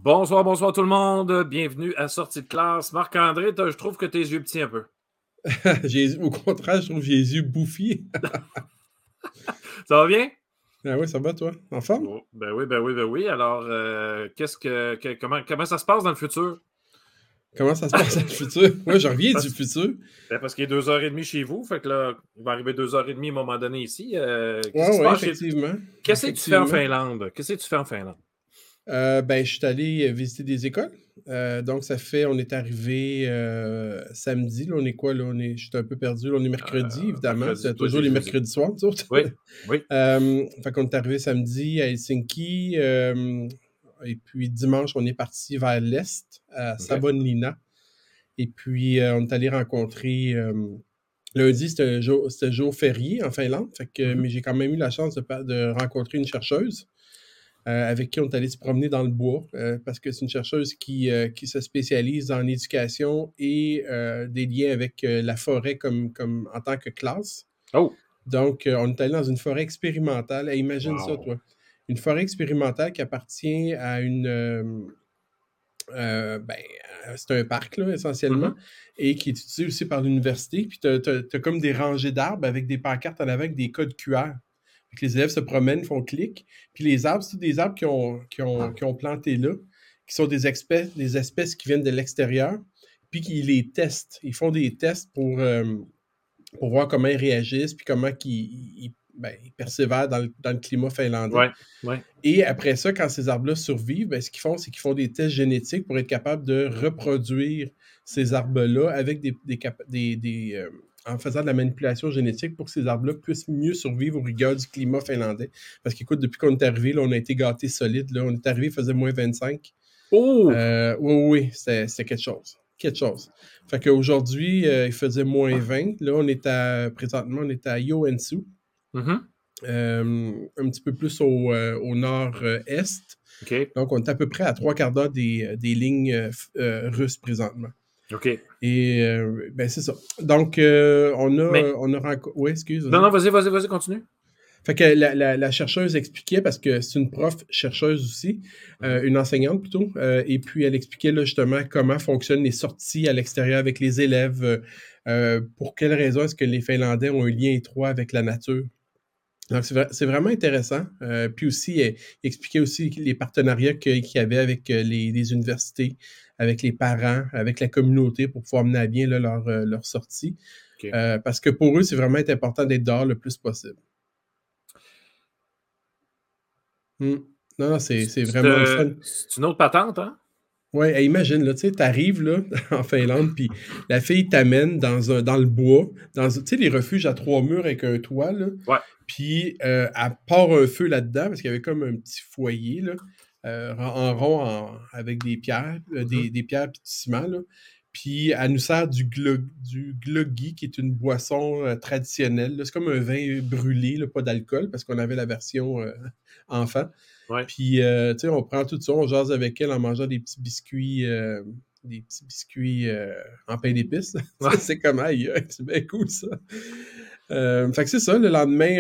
Bonsoir, bonsoir tout le monde. Bienvenue à Sortie de classe. Marc-André, je trouve que tes yeux petits un peu. Au contraire, je trouve que j'ai les yeux bouffis. Ça va bien? Ah ouais, ça va, toi? En forme? Oh, ben oui, ben oui, ben oui. Alors, comment ça se passe dans le futur? Comment ça se passe dans le futur? Ouais, je reviens du Parce, futur. parce qu'il est 2h30 chez vous, fait que là, il va arriver 2h30 à un moment donné ici. Qu'est-ce qui Ouais, se ouais, passe chez... effectivement. Qu'est-ce que tu fais en Effectivement. Finlande? Qu'est-ce que tu fais en Finlande? Ben, je suis allé visiter des écoles. Donc, on est arrivé samedi. Là, on est quoi, là? Je suis un peu perdu. Là, on est mercredi, évidemment. Mercredi, C'est toi, toujours c'est les jeudi. mercredis soirs, nous autres. Oui, oui. Fait qu'on est arrivé samedi à Helsinki. Et puis, dimanche, on est parti vers l'est, à OK. Savonlinna. Et puis, on est allé rencontrer... lundi, c'était un jour férié en Finlande, Mhm. mais j'ai quand même eu la chance de rencontrer une chercheuse avec qui on est allé se promener dans le bois, parce que c'est une chercheuse qui se spécialise en éducation et des liens avec la forêt comme en tant que classe. Oh, Donc, on est allé dans une forêt expérimentale. Hey, imagine ça, wow. toi. Une forêt expérimentale qui appartient à ben, c'est un parc, là, essentiellement, Mhm. et qui est utilisé aussi par l'université. Puis t'as comme des rangées d'arbres avec des pancartes en avant avec des codes QR. Fait que les élèves se promènent, font clic. Puis les arbres, c'est tous des arbres qui ont planté là, qui sont des espèces qui viennent de l'extérieur, puis qui les testent. Ils font des tests pour voir comment ils réagissent, puis comment ils persévèrent dans le climat finlandais. Ouais, ouais. Et après ça, quand ces arbres-là survivent, ben, ce qu'ils font, c'est qu'ils font des tests génétiques pour être capables de reproduire ces arbres-là avec en faisant de la manipulation génétique pour que ces arbres-là puissent mieux survivre aux rigueurs du climat finlandais. Parce qu'écoute, depuis qu'on est arrivé, là, on a été gâtés solides. Là. On est arrivé, il faisait -25. Oh! Oui, oui, c'était quelque chose. Quelque chose. Fait qu'aujourd'hui, il faisait -20. Là, présentement, on est à Joensuu, Mhm. un petit peu plus au nord-est. OK, Donc, on est à peu près à 3/4 d'heure des lignes russes présentement. OK. Et ben, c'est ça. Donc, Mais, on a rencontré. Oui, excuse, non, vas-y. non, vas-y, continue. Fait que la chercheuse expliquait, parce que c'est une prof chercheuse aussi, Mhm. une enseignante plutôt, et puis elle expliquait là, justement comment fonctionnent les sorties à l'extérieur avec les élèves, pour quelles raisons est-ce que les Finlandais ont un lien étroit avec la nature. Donc, c'est vraiment intéressant. Puis aussi, elle expliquait aussi les partenariats qu'il y avait avec les universités, avec les parents, avec la communauté pour pouvoir mener à bien là, leur sortie. OK. Parce que pour eux, c'est vraiment important d'être dehors le plus possible. Mm. Non, non, c'est vraiment le fun. C'est une autre patente, hein? Ouais, imagine, là, tu sais, t'arrives là, en Finlande, puis la fille t'amène dans le bois, tu sais, les refuges à 3 murs avec un toit, là, Ouais. puis elle part un feu là-dedans, parce qu'il y avait comme un petit foyer, là, en rond, avec des pierres, Mhm. des pierres puis du ciment, là. Puis elle nous sert du glöggi, qui est une boisson traditionnelle, là. C'est comme un vin brûlé, là, pas d'alcool, parce qu'on avait la version enfant. Ouais. Puis, tu sais, on prend tout ça, on jase avec elle en mangeant des petits biscuits en pain d'épices. Ouais. C'est comme, aïe, aïe, c'est bien cool ça. Fait que c'est ça, le lendemain,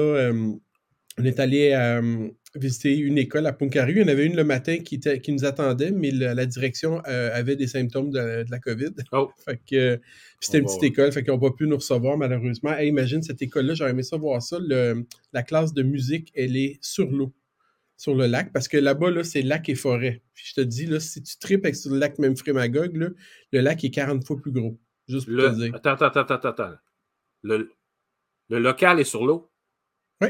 on est allé visiter une école à Punkaru. Il y en avait une le matin qui nous attendait, mais la direction avait des symptômes de la COVID. Oh, Fait que, puis c'était on une petite va. école, fait qu'ils n'ont pas pu nous recevoir malheureusement. Hey, imagine cette école-là, j'aurais aimé ça voir ça. La classe de musique, elle est sur l'eau, sur le lac, parce que là-bas, là, c'est lac et forêt. Puis je te dis, là, si tu tripes avec sur le lac Memphremagog, là, le lac est 40 fois plus gros. Juste pour te dire. Attends. Le, le local est sur l'eau. Oui,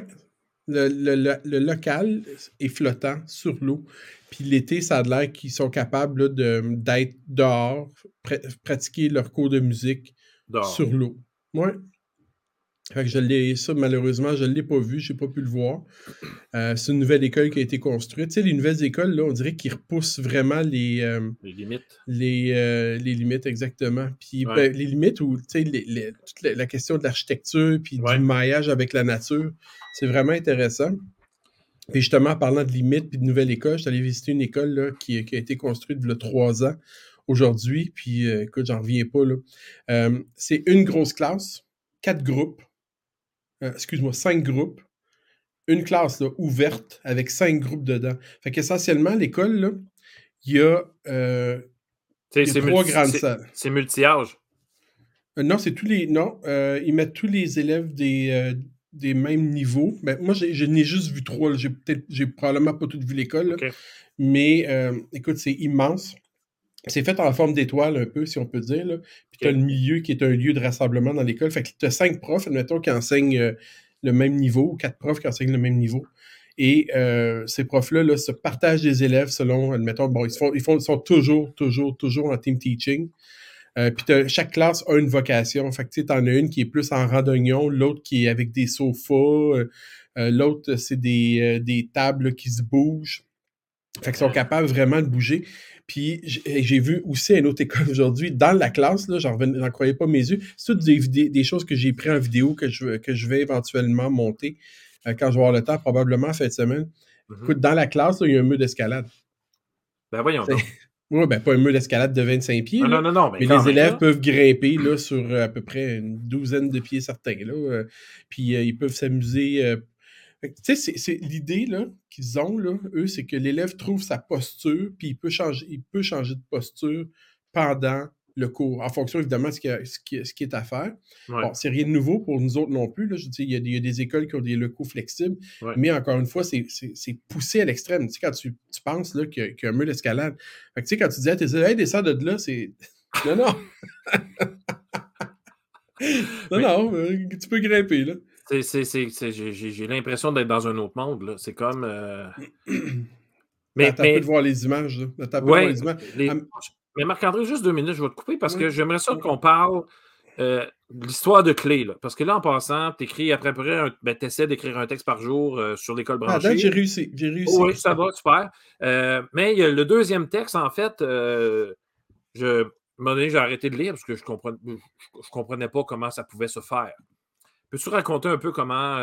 le local est flottant sur l'eau. Puis l'été, ça a l'air qu'ils sont capables là, d'être dehors, pratiquer leur cours de musique Dehors. sur l'eau. Ouais. Fait que ça, malheureusement, je ne l'ai pas vu, je n'ai pas pu le voir. C'est une nouvelle école qui a été construite. Tu sais, les nouvelles écoles, là, on dirait qu'ils repoussent vraiment Les limites. les limites, exactement. Puis Ouais. ben, les limites où, tu sais, toute la question de l'architecture puis du Ouais. maillage avec la nature, c'est vraiment intéressant. Puis justement, en parlant de limites puis de nouvelle école, je suis allé visiter une école là, qui a été construite il y a 3 ans aujourd'hui. Puis écoute, j'en reviens pas. Là. C'est une grosse classe, 4 groupes, excuse-moi, 5 groupes, une classe là, ouverte avec 5 groupes dedans. Fait qu'essentiellement, l'école, là, il y a, C'est il y a c'est 3 multi- grandes c'est- salles. c'est multi-âge. Non, c'est tous les. Non, ils mettent tous les élèves des mêmes niveaux. Ben, moi, je n'ai juste vu 3. Là. J'ai probablement pas tout vu l'école. Là. OK. Mais écoute, c'est immense. C'est fait en forme d'étoile, un peu, si on peut dire. Là. Puis tu as OK. le milieu qui est un lieu de rassemblement dans l'école. Fait que tu as 5 profs, admettons, qui enseignent le même niveau, ou 4 profs qui enseignent le même niveau. Et ces profs-là là, se partagent des élèves selon, admettons, bon, ils sont toujours en team teaching. Puis chaque classe a une vocation. Fait que tu sais, t'en as une qui est plus en randonnion, l'autre qui est avec des sofas, l'autre, c'est des tables là, qui se bougent. Fait qu'ils sont capables vraiment de bouger. Puis j'ai vu aussi à une autre école aujourd'hui, dans la classe, là, j'en croyais pas mes yeux. C'est toutes des choses que j'ai pris en vidéo que je vais éventuellement monter quand je vais avoir le temps, probablement cette semaine. Mhm. Écoute, dans la classe, là, il y a un mur d'escalade. Ben voyons donc. Oui, ben pas un mur d'escalade de 25 pieds, Non, là, non, non, non, mais mais quand les même, élèves là. peuvent grimper là, sur à peu près une douzaine de pieds certains. Là, puis ils peuvent s'amuser. Tu sais, c'est l'idée là, qu'ils ont, là, eux, c'est que l'élève trouve sa posture, puis il peut changer de posture pendant le cours, en fonction évidemment de ce qui est à faire. Ouais, Bon, c'est rien de nouveau pour nous autres non plus. Là. Je dis, il y a des écoles qui ont des locaux flexibles, ouais. mais encore une fois, c'est poussé à l'extrême. Tu sais, quand tu penses là, qu'il y a un mur d'escalade, fait que, tu sais, quand tu dis à tes élèves, hey, descends de là, c'est. Non, non, non, Mais non, tu peux grimper, là. j'ai l'impression d'être dans un autre monde, là. C'est comme. Ben, Mais, attends un peu de mais, voir les images, là. Attends un peu de voir ouais, les images. les... mais Marc-André, juste 2 minutes, je vais te couper parce que Oui, j'aimerais ça oui. qu'on parle de l'histoire de clé, là. Parce que là, en passant, tu écris après près, ben, tu essaies d'écrire un texte par jour sur l'école Ah, à date, branchée. j'ai Oh, réussi. oui, ça va, super. Mais il y a le deuxième texte, en fait, à un moment donné, j'ai arrêté de lire parce que je comprenais pas comment ça pouvait se faire. Peux-tu raconter un peu comment,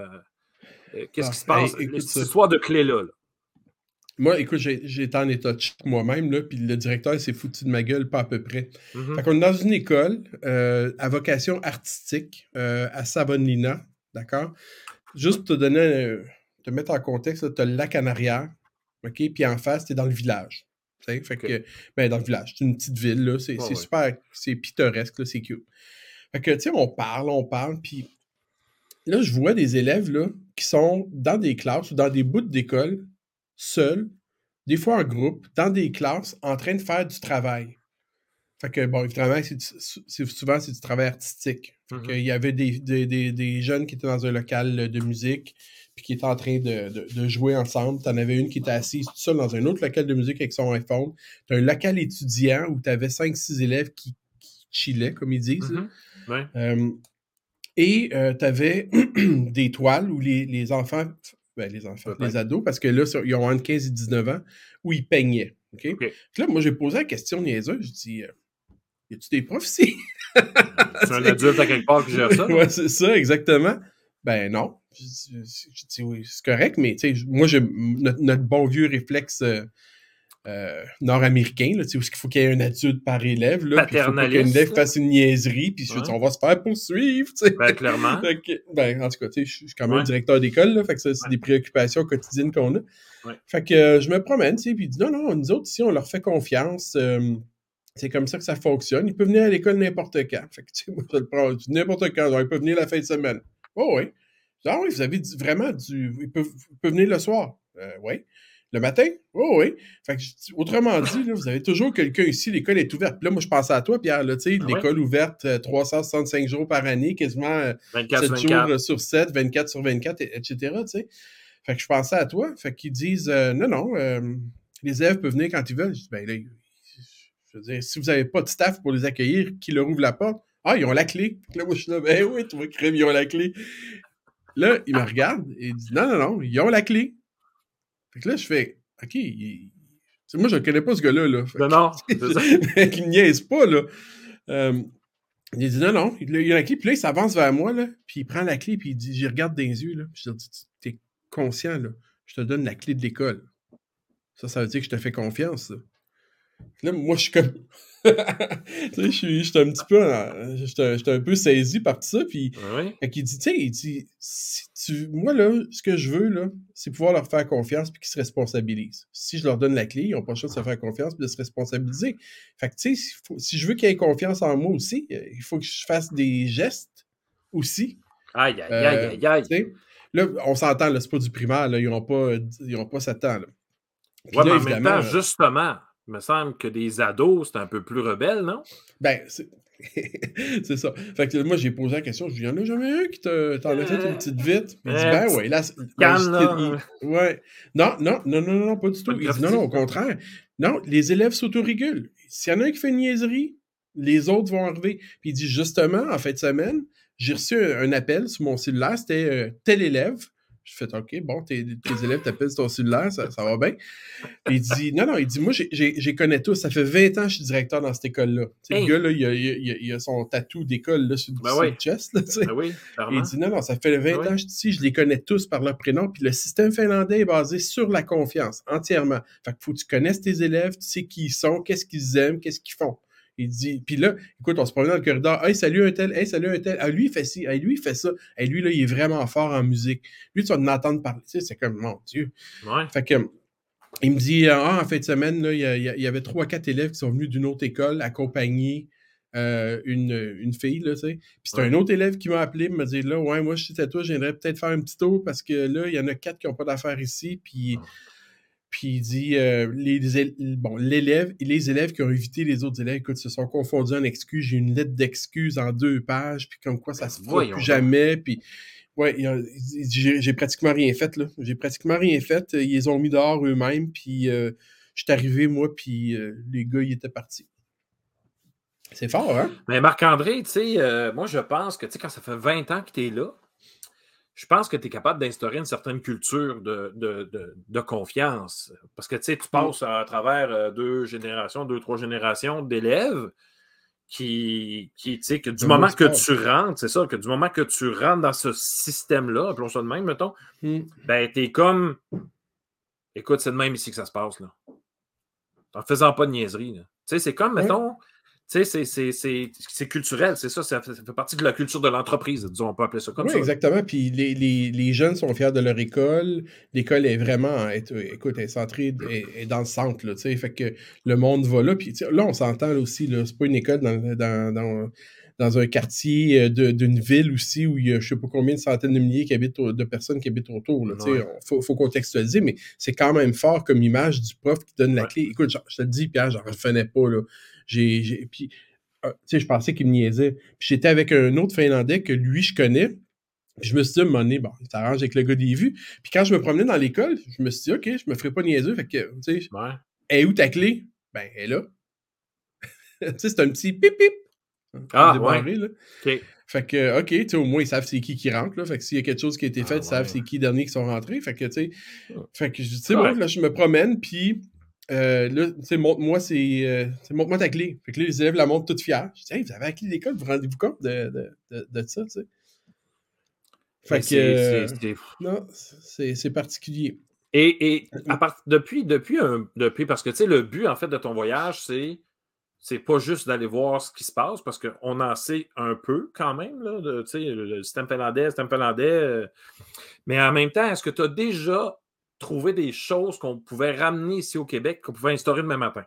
qu'est-ce Ah, qui se hey, passe, écoute cette ça. histoire de clé-là? Là? Moi, écoute, j'ai été en état de choc moi-même, là, puis le directeur s'est foutu de ma gueule, pas à peu près. Fait Mhm. qu'on est dans une école à vocation artistique à Savonlinna, d'accord? Juste pour te donner, te mettre en contexte, tu as le lac en arrière, OK? Puis en face, tu es dans le village. Tu sais, fait OK. que, ben, dans le village, c'est une petite ville, là, Ouais, c'est ouais. super, c'est pittoresque, là, c'est cute. Fait que, tu sais, on parle, puis là, je vois des élèves, là, qui sont dans des classes ou dans des bouts d'école, seuls, des fois en groupe, dans des classes, en train de faire du travail. Fait que, bon, évidemment, souvent, c'est du travail artistique. Fait Mhm. qu'il y avait des jeunes qui étaient dans un local de musique, puis qui étaient en train de jouer ensemble. T'en avais une qui était assise tout seul dans un autre local de musique avec son iPhone. T'as un local étudiant où t'avais 5-6 élèves qui chillaient, comme ils disent. Mhm. Ouais. Euh, et t'avais des toiles où les enfants, ben, les Peut-être. ados, parce que là, ils ont entre 15 et 19 ans, où ils peignaient. OK? Puis OK. là, moi, j'ai posé la question niaiseuse. Je dis, y a-tu des profs ici? C'est un adulte à quelque part qui gère ça, Ouais, là? c'est ça, exactement. Ben non. Je dis, oui, c'est correct, mais moi, j'ai notre bon vieux réflexe nord-américain, là, où il faut qu'il y ait un adulte par élève, là, puis il faut pas qu'un Paternaliste, élève là? fasse une niaiserie, puis je veux dire, Ouais. on va se faire poursuivre, tu sais. Ben, clairement. Ben, en tout cas, je suis quand même Ouais. directeur d'école, là, fait que ça, c'est Ouais. des préoccupations quotidiennes qu'on a. Ouais. Fait que je me promène, tu sais, puis il dit, non, non, nous autres, ici, on leur fait confiance. C'est comme ça que ça fonctionne. Ils peuvent venir à l'école n'importe quand. Fait que, tu sais, moi, je le prends n'importe quand. Donc, ils peuvent venir la fin de semaine. Oh, oui. Ah oui, vous avez vraiment du. Ils peuvent venir le soir. Oui. Le matin? Oh, oui. Fait que, autrement dit, là, vous avez toujours quelqu'un ici, l'école est ouverte. Puis là, moi, je pensais à toi, Pierre, là, tu sais, Ah ouais? l'école ouverte 365 jours par année, quasiment 24 sur 7 jours 24. sur 7, 24 sur 24, etc., tu sais. Fait que je pensais à toi. Fait qu'ils disent, non, non, les élèves peuvent venir quand ils veulent. Je dis, ben là, je veux dire, si vous n'avez pas de staff pour les accueillir, qui leur ouvre la porte? Ah, ils ont la clé. Là, moi, je suis là, ben oui, tu vois, crème, ils ont la clé. Là, il me regarde et il dit, non, non, non, ils ont la clé. Fait que là, je fais, OK, moi, je ne connais pas ce gars-là, là. Fait Non, non, c'est ça. qu'il me niaise pas, là. Euh, il dit, non, non, il a la clé. Puis là, il s'avance vers moi, là, puis il prend la clé, puis il dit, j'y regarde dans les yeux, là. Puis je dis, t'es conscient, là. Je te donne la clé de l'école. Ça veut dire que je te fais confiance, là. Là, moi, je suis comme. Tu sais, j'étais un petit peu. J'étais un peu saisi par tout ça. Puis, Oui. fait qu'il dit, tu sais, il dit, moi, là, ce que je veux, là, c'est pouvoir leur faire confiance puis qu'ils se responsabilisent. Si je leur donne la clé, ils n'ont pas le choix de se faire confiance puis de se responsabiliser. Fait que, tu sais, si je veux qu'ils aient confiance en moi aussi, il faut que je fasse des gestes aussi. Aïe, aïe, aïe, aïe, aïe. Tu sais, là, on s'entend, là, c'est pas du primaire, là, ils n'ont pas 7 ans, là. Puis Ouais, là, mais en même évidemment, temps, justement, il me semble que des ados, c'est un peu plus rebelle, non? ben, c'est ça. Fait que moi, j'ai posé la question, je lui dis, il y en a jamais un qui t'en a fait une petite vite? Puis il dit, ben Petite ouais, là, ben, canne, là. ouais. Non, non, non, non, non, pas du Pas tout. de Il dit, non, non, graffiti. au contraire. Non, les élèves s'autorégulent. S'il y en a un qui fait une niaiserie, les autres vont arriver. Puis il dit, justement, en fin de semaine, j'ai reçu un appel sur mon cellulaire, c'était tel élève. Je fais, OK, bon, tes élèves t'appellent sur ton cellulaire, ça va bien. Puis il dit, non, non, il dit, moi, j'ai connais tous. Ça fait 20 ans que je suis directeur dans cette école-là. Tu sais, le Hey, gars, là, il a son tatou d'école là, sur ben le oui, chest. Là, tu sais. ben oui, Et il clairement. dit, non, non, ça fait Ben 20 ans oui. que je suis ici, je les connais tous par leur prénom. Puis le système finlandais est basé sur la confiance, entièrement. Fait qu'il faut que tu connaisses tes élèves, tu sais qui ils sont, qu'est-ce qu'ils aiment, qu'est-ce qu'ils font. Il dit, puis là, écoute, on se promène dans le corridor. Hey, salut un tel, hey, salut un tel. Ah, lui, il fait ci, hey, lui, il fait ça. Hey, lui, là, il est vraiment fort en musique. Lui, tu vas en entendre parler. Tu sais, c'est comme, mon Dieu. Ouais. Fait que, il me dit, en fin de semaine, là, il y avait 3-4 élèves qui sont venus d'une autre école accompagner une fille, là, tu sais. Puis c'est un Ouais. autre élève qui m'a appelé, me dit, là, ouais, moi, je suis à toi, j'aimerais peut-être faire un petit tour parce que là, il y en a 4 qui n'ont pas d'affaires ici. Puis il dit, bon, les élèves qui ont évité les autres élèves, écoute, se sont confondus en excuses. J'ai une lettre d'excuses en 2 pages, puis comme quoi ça Ben se fera plus voyons donc. jamais. Puis ouais, j'ai pratiquement rien fait, là. J'ai pratiquement rien fait. Ils les ont mis dehors eux-mêmes, puis je suis arrivé, moi, puis les gars, ils étaient partis. C'est fort, hein? Mais Marc-André, tu sais, moi, je pense que, tu sais, quand ça fait 20 ans que tu es là, je pense que tu es capable d'instaurer une certaine culture de confiance. Parce que, tu sais, tu Mm. passes à travers 2, 3 générations d'élèves tu sais, que du Le mot moment du que passe. tu rentres, c'est ça, que du moment que tu rentres dans ce système-là, appelons ça de même, mettons, Mm. ben, t'es comme, écoute, c'est de même ici que ça se passe, là. En faisant pas de niaiserie, là. Tu sais, c'est comme, Ouais. mettons, tu sais, c'est culturel, c'est ça, ça fait partie de la culture de l'entreprise, disons, on peut appeler ça comme Oui, ça, là. exactement. Puis les jeunes sont fiers de leur école. L'école est vraiment, écoute, elle est centrée, est dans le centre, là, tu sais. Fait que le monde va là. Puis tu sais, là, on s'entend là, aussi, là. C'est pas une école dans un quartier d'une ville aussi où il y a je sais pas combien de centaines de milliers de personnes qui habitent autour, là. Tu sais, Ouais, faut contextualiser, mais c'est quand même fort comme image du prof qui donne la ouais. clé. Écoute, je te le dis, Pierre, j'en revenais pas, là. Puis, tu sais, je pensais qu'il me niaisait. Puis j'étais avec un autre Finlandais que lui, je connais. Puis je me suis dit, à un moment donné, bon, il s'arrange avec le gars des vues. Puis quand je me promenais dans l'école, je me suis dit, OK, je me ferai pas niaiser. Fait que, tu sais, Ouais. elle est où ta clé? Ben, elle est là. Tu sais, c'est un petit pip pip pour Ah, ouais. débarrer, là. OK. Fait que, OK, tu sais, au moins, ils savent c'est qui rentre, là. Fait que s'il y a quelque chose qui a été fait, Ah, ils savent ouais. c'est qui dernier qui sont rentrés. Fait que, tu sais, fait que je dis, c'est bon, Correct. là, je me promène, puis là, tu sais, montre-moi ta clé. Fait que là, les élèves la montrent toute fière. Je dis, hey, vous avez la clé de l'école, vous rendez-vous compte de ça, tu sais? Mais Fait que, c'est. non, c'est particulier. Et depuis, parce que, tu sais, le but, en fait, de ton voyage, c'est pas juste d'aller voir ce qui se passe, parce qu'on en sait un peu quand même, là, tu sais, le système finlandais. Mais en même temps, est-ce que tu as déjà trouvé des choses qu'on pouvait ramener ici au Québec, qu'on pouvait instaurer demain matin?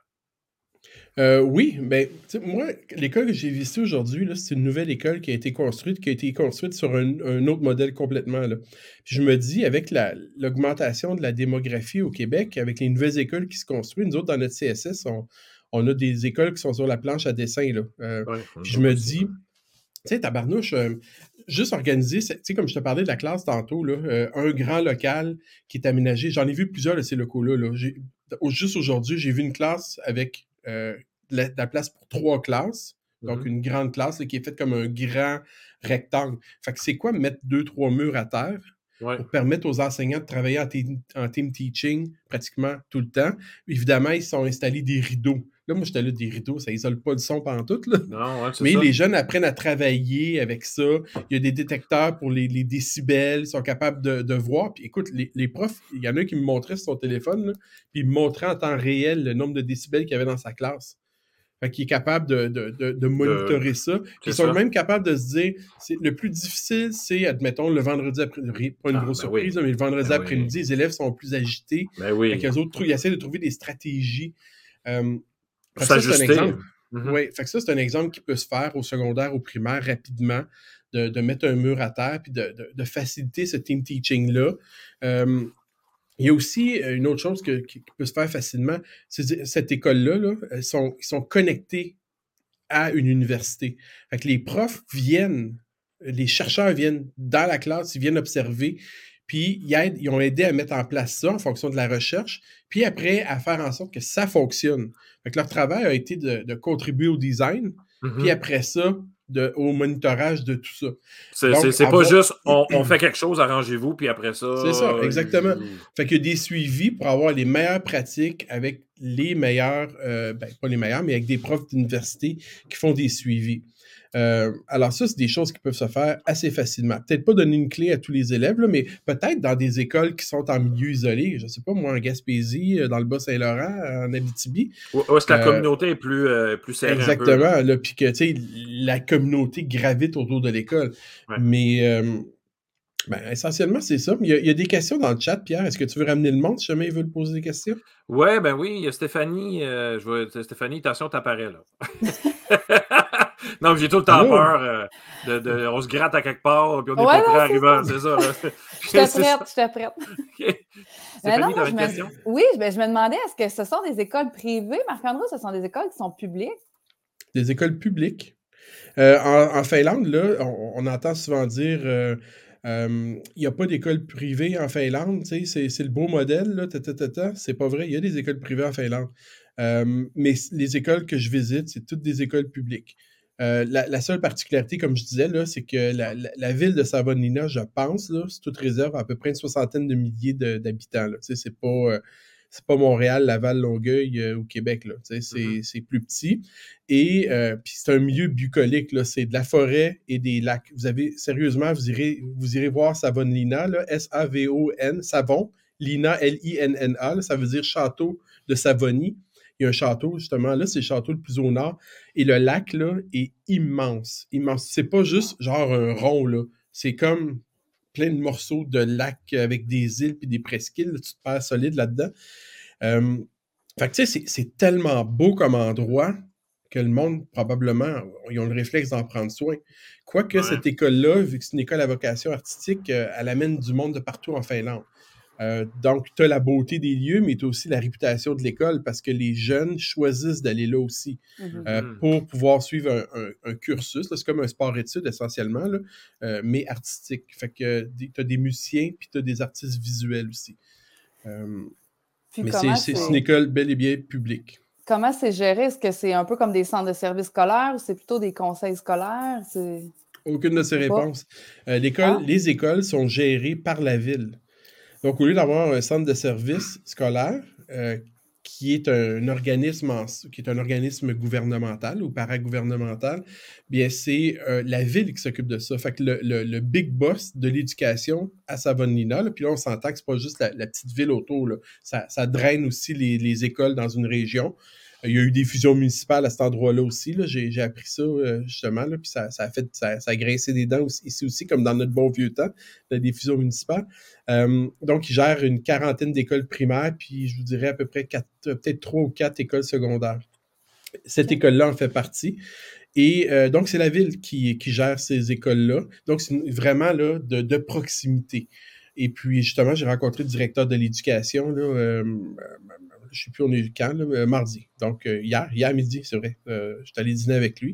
Oui, ben, tu sais, moi, l'école que j'ai visitée aujourd'hui, là, c'est une nouvelle école qui a été construite sur un autre modèle complètement, là. Puis je me dis, avec l'augmentation de la démographie au Québec, avec les nouvelles écoles qui se construisent, nous autres, dans notre CSS, on a des écoles qui sont sur la planche à dessin, là. Oui, Puis nous je autres me aussi. dis, Ouais. tu sais, tabarnouche, juste organiser, tu sais, comme je te parlais de la classe tantôt, là, un grand local qui est aménagé. J'en ai vu plusieurs de ces locaux-là. Là. Juste aujourd'hui, j'ai vu une classe avec la place pour 3 classes. Donc, Mhm. une grande classe là, qui est faite comme un grand rectangle. Fait que c'est quoi mettre 2, 3 murs à terre? Ouais. pour permettre aux enseignants de travailler en team teaching pratiquement tout le temps. Évidemment, ils sont installés des rideaux. Là, moi, j'étais là, des rideaux, ça isole pas le son pantoute, là. Non, ouais, c'est Mais ça. les jeunes apprennent à travailler avec ça. Il y a des détecteurs pour les décibels, ils sont capables de voir. Puis écoute, les profs, il y en a un qui me montrait sur son téléphone, là, puis il me montrait en temps réel le nombre de décibels qu'il y avait dans sa classe. Fait qu'il est capable de monitorer ça. Puis ils sont même capables de se dire, le plus difficile, c'est, admettons, le vendredi après-midi, pas une grosse surprise, mais le vendredi après-midi, les élèves sont plus agités. Fait qu'ils ils essaient de trouver des stratégies. Pour s'ajuster. Oui, fait que ça, c'est un exemple qui peut se faire au secondaire, au primaire, rapidement, de mettre un mur à terre, puis de faciliter ce team teaching-là. Il y a aussi une autre chose qui peut se faire facilement. C'est cette école-là, là, ils sont connectés à une université. Fait que les profs viennent, les chercheurs viennent dans la classe, ils viennent observer, puis ils ont aidé à mettre en place ça en fonction de la recherche, puis après à faire en sorte que ça fonctionne. Fait que leur travail a été de contribuer au design, puis après ça, au monitorage de tout ça. C'est pas juste on fait quelque chose, arrangez-vous, puis après ça. C'est ça, exactement. Fait qu'il y a des suivis pour avoir les meilleures pratiques avec les meilleurs, pas les meilleurs, mais avec des profs d'université qui font des suivis. Alors ça, c'est des choses qui peuvent se faire assez facilement. Peut-être pas donner une clé à tous les élèves, là, mais peut-être dans des écoles qui sont en milieu isolé. Je sais pas, moi, en Gaspésie, dans le Bas-Saint-Laurent, en Abitibi. Où est-ce que la communauté est plus serrée? Exactement, un peu, là, puis que, tu sais, la communauté gravite autour de l'école. Ouais. Mais essentiellement, c'est ça. Il y a des questions dans le chat, Pierre. Est-ce que tu veux ramener le monde si jamais ils veulent poser des questions? Oui, il y a Stéphanie. Stéphanie, attention, t'apparais là. Non, j'ai tout le temps peur on se gratte à quelque part, puis on n'est pas prêt à arriver, c'est ça. Je te prête. Okay. Stéphanie, tu as une question? Oui, je me demandais, est-ce que ce sont des écoles privées, Marc-André, ou ce sont des écoles qui sont publiques? Des écoles publiques. En Finlande, là, on entend souvent dire il n'y a pas d'école privée en Finlande, c'est le beau modèle, là, c'est pas vrai, il y a des écoles privées en Finlande. Mais les écoles que je visite, c'est toutes des écoles publiques. La seule particularité, comme je disais, là, c'est que la ville de Savonlinna, je pense, là, c'est toute réserve, à peu près une soixantaine de milliers d'habitants. C'est pas Montréal, Laval, Longueuil au Québec. Là, c'est plus petit. Et puis c'est un milieu bucolique. Là, c'est de la forêt et des lacs. Sérieusement, vous irez voir Savonlinna, là, S-A-V-O-N, Savon, Lina, L-I-N-N-A, là, ça veut dire château de Savonie. Il y a un château, justement, là, c'est le château le plus au nord. Et le lac, là, est immense. Immense. C'est pas juste genre un rond, là. C'est comme plein de morceaux de lac avec des îles puis des presqu'îles. Là, tu te perds solide là-dedans. Fait que, tu sais, c'est tellement beau comme endroit que le monde, probablement, ils ont le réflexe d'en prendre soin. Quoique cette école-là, vu que c'est une école à vocation artistique, elle amène du monde de partout en Finlande. Donc, tu as la beauté des lieux, mais tu as aussi la réputation de l'école parce que les jeunes choisissent d'aller là aussi pour pouvoir suivre un cursus. C'est comme un sport-études essentiellement, là, mais artistique. Fait que tu as des musiciens puis tu as des artistes visuels aussi. Mais c'est une école bel et bien publique. Comment c'est géré? Est-ce que c'est un peu comme des centres de services scolaires ou c'est plutôt des conseils scolaires? Aucune de ces réponses. Les écoles sont gérées par la ville. Donc, au lieu d'avoir un centre de services scolaire qui est un organisme gouvernemental ou paragouvernemental, bien, c'est la ville qui s'occupe de ça. Fait que le big boss de l'éducation à Savonlinna, puis là, on s'entend que c'est pas juste la petite ville autour, là. Ça draine aussi les écoles dans une région. Il y a eu des fusions municipales à cet endroit-là aussi. Là. J'ai appris ça, justement, là, puis ça a grincé des dents aussi, ici aussi, comme dans notre bon vieux temps, des fusions municipales. Donc, ils gèrent une quarantaine d'écoles primaires, puis je vous dirais à peu près peut-être 3 ou 4 écoles secondaires. Cette école-là en fait partie. Et donc, c'est la ville qui gère ces écoles-là. Donc, c'est vraiment là, de proximité. Et puis, justement, j'ai rencontré le directeur de l'éducation, là, je ne sais plus on est quand, là, mardi. Donc, hier midi, c'est vrai. Je suis allé dîner avec lui.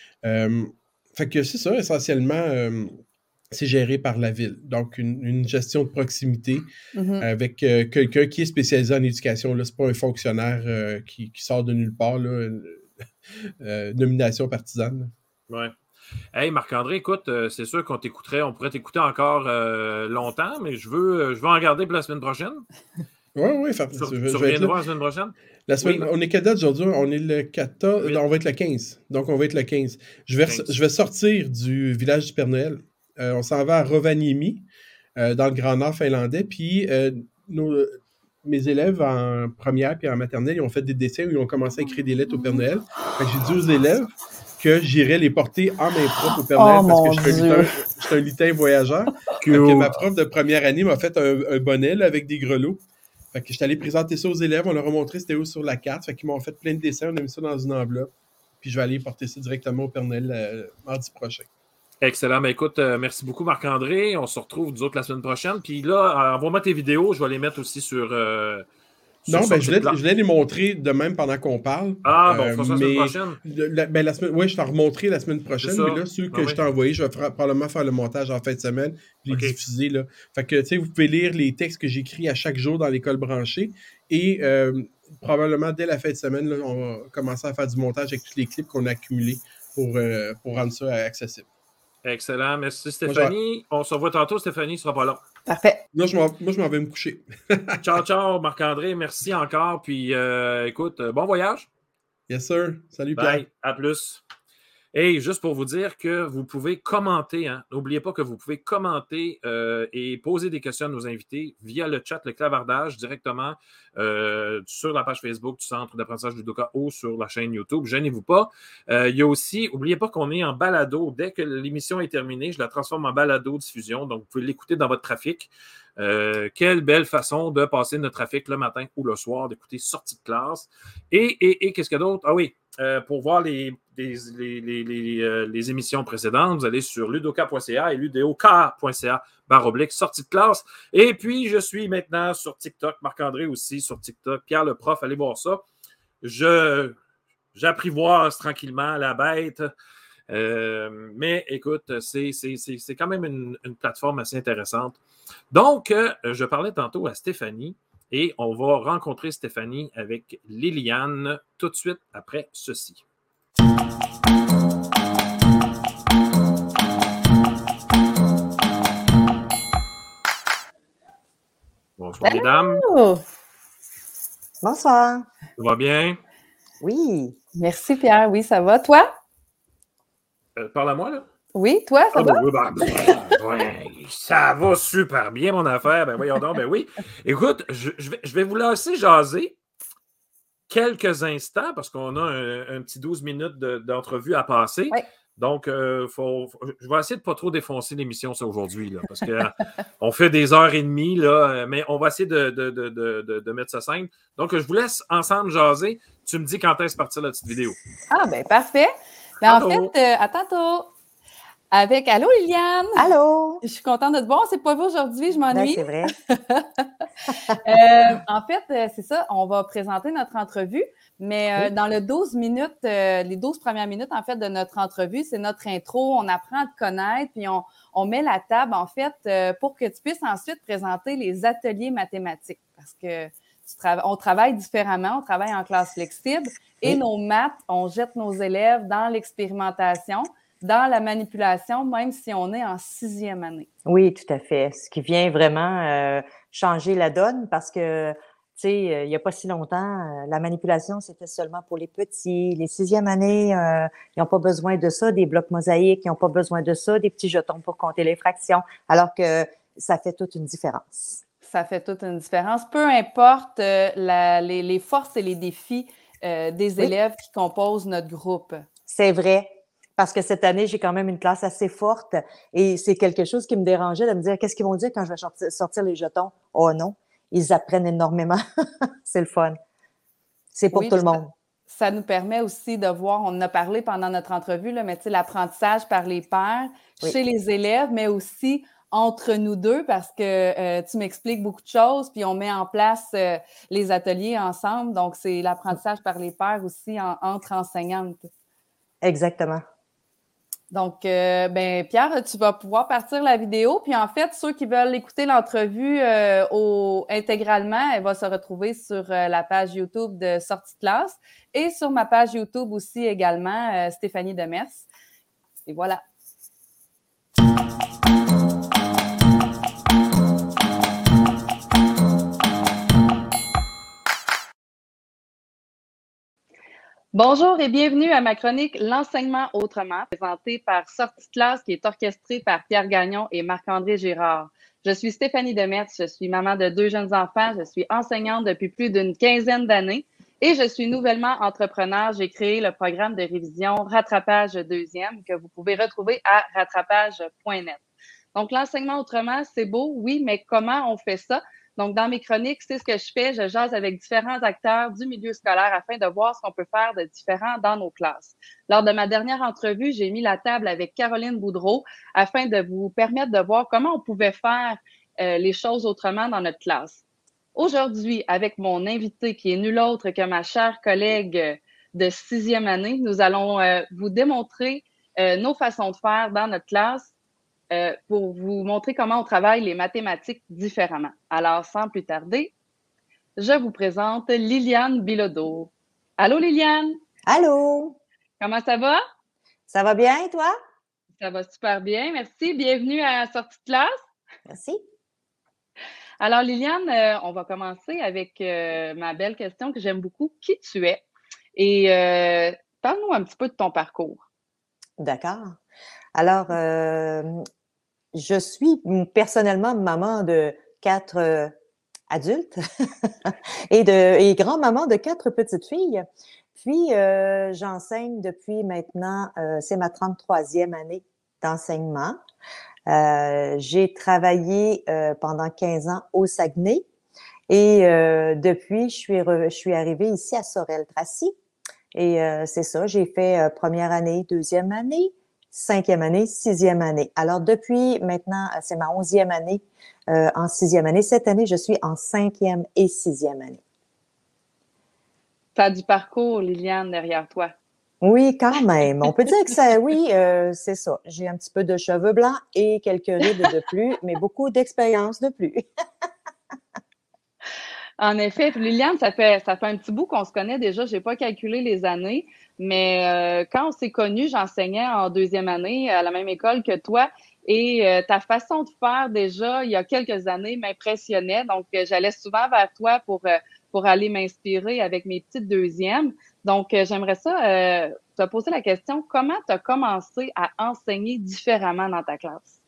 Fait que c'est ça, essentiellement, c'est géré par la ville. Donc, une gestion de proximité avec quelqu'un qui est spécialisé en éducation. Là, c'est pas un fonctionnaire qui sort de nulle part, là, nomination partisane. Oui. Hey, Marc-André, écoute, c'est sûr qu'on t'écouterait, on pourrait t'écouter encore longtemps, mais je veux en garder pour la semaine prochaine. Oui, oui, Tu je vais reviens être nous là. voir la semaine prochaine? Oui, on est quelle date aujourd'hui? On est le 14. Le 8. Non, on va être le 15. Donc, on va être le 15. Je 15. vais sortir du village du Père Noël. On s'en va à Rovaniemi, dans le Grand Nord finlandais. Puis, mes élèves en première puis en maternelle, ils ont fait des dessins où ils ont commencé à écrire des lettres au Père Noël. Fait que j'ai dit aux élèves que j'irais les porter en main propre au Père Noël parce que mon je Dieu! suis un lutin voyageur. Fait que ma prof de première année m'a fait un bonnet là, avec des grelots. Fait que je suis allé présenter ça aux élèves, on leur a montré c'était où sur la carte. Fait qu'ils m'ont fait plein de dessins, on a mis ça dans une enveloppe. Puis je vais aller porter ça directement au Père Noël mardi prochain. Excellent. Ben, écoute, merci beaucoup, Marc-André. On se retrouve, nous autres, la semaine prochaine. Puis là, envoie-moi tes vidéos. Je vais les mettre aussi sur Non, ben, Sortie de classe. je voulais les montrer de même pendant qu'on parle. Ah, bon, on fera ça la semaine Mais prochaine. la semaine, ouais, je t'en remontrerai la semaine prochaine. C'est ça. Mais là, ceux que Ah je oui. t'ai envoyés, je vais probablement faire le montage en fin de semaine puis les OK. diffuser. Là. Fait que, tu sais, vous pouvez lire les textes que j'écris à chaque jour dans l'école branchée. Et probablement, dès la fin de semaine, là, on va commencer à faire du montage avec tous les clips qu'on a accumulés pour rendre ça accessible. Excellent. Merci, Stéphanie. On se revoit tantôt. Stéphanie ne sera pas là. Parfait. Moi, je m'en vais me coucher. Ciao, ciao, Marc-André. Merci encore. Puis, écoute, bon voyage. Yes, sir. Salut, Pierre. Bye. À plus. Et juste pour vous dire que vous pouvez commenter, hein. N'oubliez pas que vous pouvez commenter et poser des questions à nos invités via le chat, le clavardage, directement sur la page Facebook du Centre d'apprentissage du Judoka ou sur la chaîne YouTube. Gênez-vous pas. Il y a aussi, n'oubliez pas qu'on est en balado. Dès que l'émission est terminée, je la transforme en balado-diffusion. Donc, vous pouvez l'écouter dans votre trafic. Quelle belle façon de passer notre trafic le matin ou le soir, d'écouter Sortie de classe. Et qu'est-ce qu'il y a d'autre? Ah oui, pour voir les émissions précédentes, vous allez sur ludoka.ca et ludoka.ca/sortie de classe. Et puis, je suis maintenant sur TikTok, Marc-André aussi sur TikTok, Pierre le prof, allez voir ça. J'apprivoise tranquillement la bête. Mais écoute, c'est quand même une plateforme assez intéressante. Donc, je parlais tantôt à Stéphanie et on va rencontrer Stéphanie avec Liliane tout de suite après ceci. Bonsoir, mesdames. Bonsoir. Ça va bien? Oui. Merci, Pierre. Oui, ça va. Toi? Parle à moi, là. Oui, toi, ça va? Ouais, ça va super bien, mon affaire. Ben voyons donc, ben oui. Écoute, je vais vous laisser jaser quelques instants parce qu'on a un petit 12 minutes d'entrevue à passer. Oui. Donc, je vais essayer de ne pas trop défoncer l'émission ça aujourd'hui, là, parce qu'on fait des heures et demie, là, mais on va essayer de mettre ça simple. Donc, je vous laisse ensemble jaser. Tu me dis quand est-ce partir la petite vidéo. Ah, ben parfait. Mais en fait, à tantôt. Avec Allô, Liliane! Allô! Je suis contente de te voir. On ne s'est pas vu aujourd'hui, je m'ennuie. Ben, c'est vrai. En fait, c'est ça, on va présenter notre entrevue, mais Oui. dans le 12 minutes, les 12 premières minutes, en fait, de notre entrevue, c'est notre intro. On apprend à te connaître, puis on met la table, en fait, pour que tu puisses ensuite présenter les ateliers mathématiques. Parce que on travaille différemment, on travaille en classe flexible, et nos maths, on jette nos élèves dans l'expérimentation, dans la manipulation, même si on est en 6e année. Oui, tout à fait. Ce qui vient vraiment changer la donne parce que, tu sais, il n'y a pas si longtemps, la manipulation, c'était seulement pour les petits. Les 6e années, ils n'ont pas besoin de ça, des blocs mosaïques, ils n'ont pas besoin de ça, des petits jetons pour compter les fractions, alors que ça fait toute une différence. Ça fait toute une différence. Peu importe les forces et les défis des élèves qui composent notre groupe. C'est vrai. Parce que cette année, j'ai quand même une classe assez forte et c'est quelque chose qui me dérangeait de me dire qu'est-ce qu'ils vont dire quand je vais sortir les jetons. Oh non, ils apprennent énormément. C'est le fun. C'est pour tout le monde. Ça nous permet aussi de voir, on en a parlé pendant notre entrevue, là, mais tu sais, l'apprentissage par les pairs chez les élèves, mais aussi entre nous deux parce que tu m'expliques beaucoup de choses, puis on met en place les ateliers ensemble. Donc, c'est l'apprentissage par les pairs aussi entre enseignantes. Exactement. Donc, Pierre, tu vas pouvoir partir la vidéo. Puis en fait, ceux qui veulent écouter l'entrevue intégralement, elle va se retrouver sur la page YouTube de Sortie de classe et sur ma page YouTube aussi également, Stéphanie Demers. Et voilà. Bonjour et bienvenue à ma chronique L'enseignement autrement, présentée par Sortie de classe, qui est orchestrée par Pierre Gagnon et Marc-André Girard. Je suis Stéphanie Demers, je suis maman de 2 jeunes enfants, je suis enseignante depuis plus d'une quinzaine d'années et je suis nouvellement entrepreneur. J'ai créé le programme de révision Rattrapage deuxième que vous pouvez retrouver à rattrapage.net. Donc, l'enseignement autrement, c'est beau, oui, mais comment on fait ça? Donc, dans mes chroniques, c'est ce que je fais. Je jase avec différents acteurs du milieu scolaire afin de voir ce qu'on peut faire de différent dans nos classes. Lors de ma dernière entrevue, j'ai mis la table avec Caroline Boudreau afin de vous permettre de voir comment on pouvait faire les choses autrement dans notre classe. Aujourd'hui, avec mon invité qui est nul autre que ma chère collègue de 6e année, nous allons vous démontrer nos façons de faire dans notre classe pour vous montrer comment on travaille les mathématiques différemment. Alors, sans plus tarder, je vous présente Liliane Bilodeau. Allô, Liliane? Allô? Comment ça va? Ça va bien, et toi? Ça va super bien, merci. Bienvenue à Sortie de classe. Merci. Alors, Liliane, on va commencer avec ma belle question que j'aime beaucoup. Qui tu es? Et parle-nous un petit peu de ton parcours. D'accord. Alors, je suis personnellement maman de 4 adultes et grand-maman de 4 petites filles. Puis, j'enseigne depuis maintenant, c'est ma 33e année d'enseignement. J'ai travaillé pendant 15 ans au Saguenay et depuis, je suis arrivée ici à Sorel-Tracy. Et c'est ça, j'ai fait première année, deuxième année, 5e année, 6e année. Alors, depuis maintenant, c'est ma 11e année en 6e année. Cette année, je suis en 5e et 6e année. Tu as du parcours, Liliane, derrière toi. Oui, quand même. On peut dire que ça, oui, c'est ça. J'ai un petit peu de cheveux blancs et quelques rides de plus, mais beaucoup d'expérience de plus. En effet, puis Liliane, ça fait un petit bout qu'on se connaît déjà. J'ai pas calculé les années, mais quand on s'est connus, j'enseignais en 2e année à la même école que toi. Et ta façon de faire déjà, il y a quelques années, m'impressionnait. Donc, j'allais souvent vers toi pour aller m'inspirer avec mes petites deuxièmes. Donc, j'aimerais ça te poser la question, comment tu as commencé à enseigner différemment dans ta classe?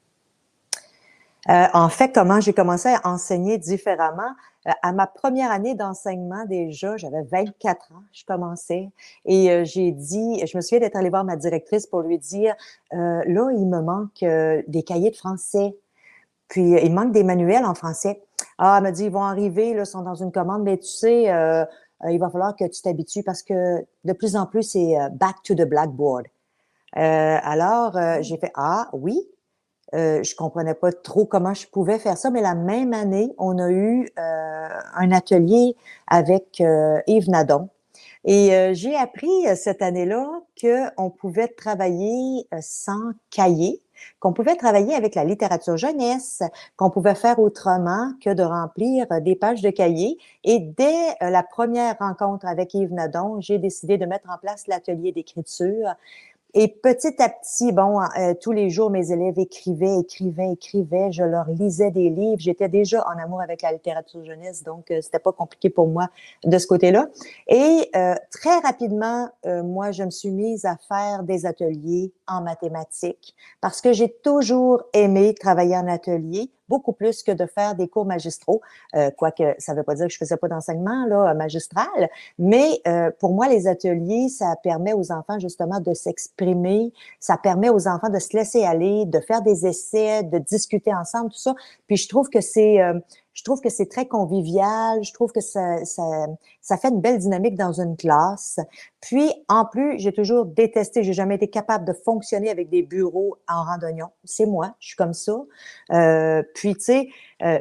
En fait, comment j'ai commencé à enseigner différemment? À ma première année d'enseignement déjà, j'avais 24 ans, je commençais et j'ai dit, je me souviens d'être allée voir ma directrice pour lui dire, là, il me manque des cahiers de français, puis il me manque des manuels en français. Ah, elle m'a dit, ils vont arriver, là, ils sont dans une commande, mais tu sais, il va falloir que tu t'habitues parce que de plus en plus, c'est back to the blackboard. Alors, j'ai fait, ah oui. Je comprenais pas trop comment je pouvais faire ça, mais la même année, on a eu un atelier avec Yves Nadon. Et j'ai appris cette année-là qu'on pouvait travailler sans cahier, qu'on pouvait travailler avec la littérature jeunesse, qu'on pouvait faire autrement que de remplir des pages de cahier. Et dès la première rencontre avec Yves Nadon, j'ai décidé de mettre en place l'atelier d'écriture. Et petit à petit, bon, tous les jours, mes élèves écrivaient. Je leur lisais des livres. J'étais déjà en amour avec la littérature jeunesse, donc c'était pas compliqué pour moi de ce côté-là. Et très rapidement, moi, je me suis mise à faire des ateliers en mathématiques parce que j'ai toujours aimé travailler en atelier, beaucoup plus que de faire des cours magistraux. Quoique, ça veut pas dire que je faisais pas d'enseignement là magistral, mais pour moi, les ateliers, ça permet aux enfants justement de s'exprimer, ça permet aux enfants de se laisser aller, de faire des essais, de discuter ensemble, tout ça. Puis je trouve que c'est très convivial, je trouve que ça fait une belle dynamique dans une classe. Puis, en plus, j'ai toujours détesté, j'ai jamais été capable de fonctionner avec des bureaux en randonnion. C'est moi, je suis comme ça. Puis, tu sais,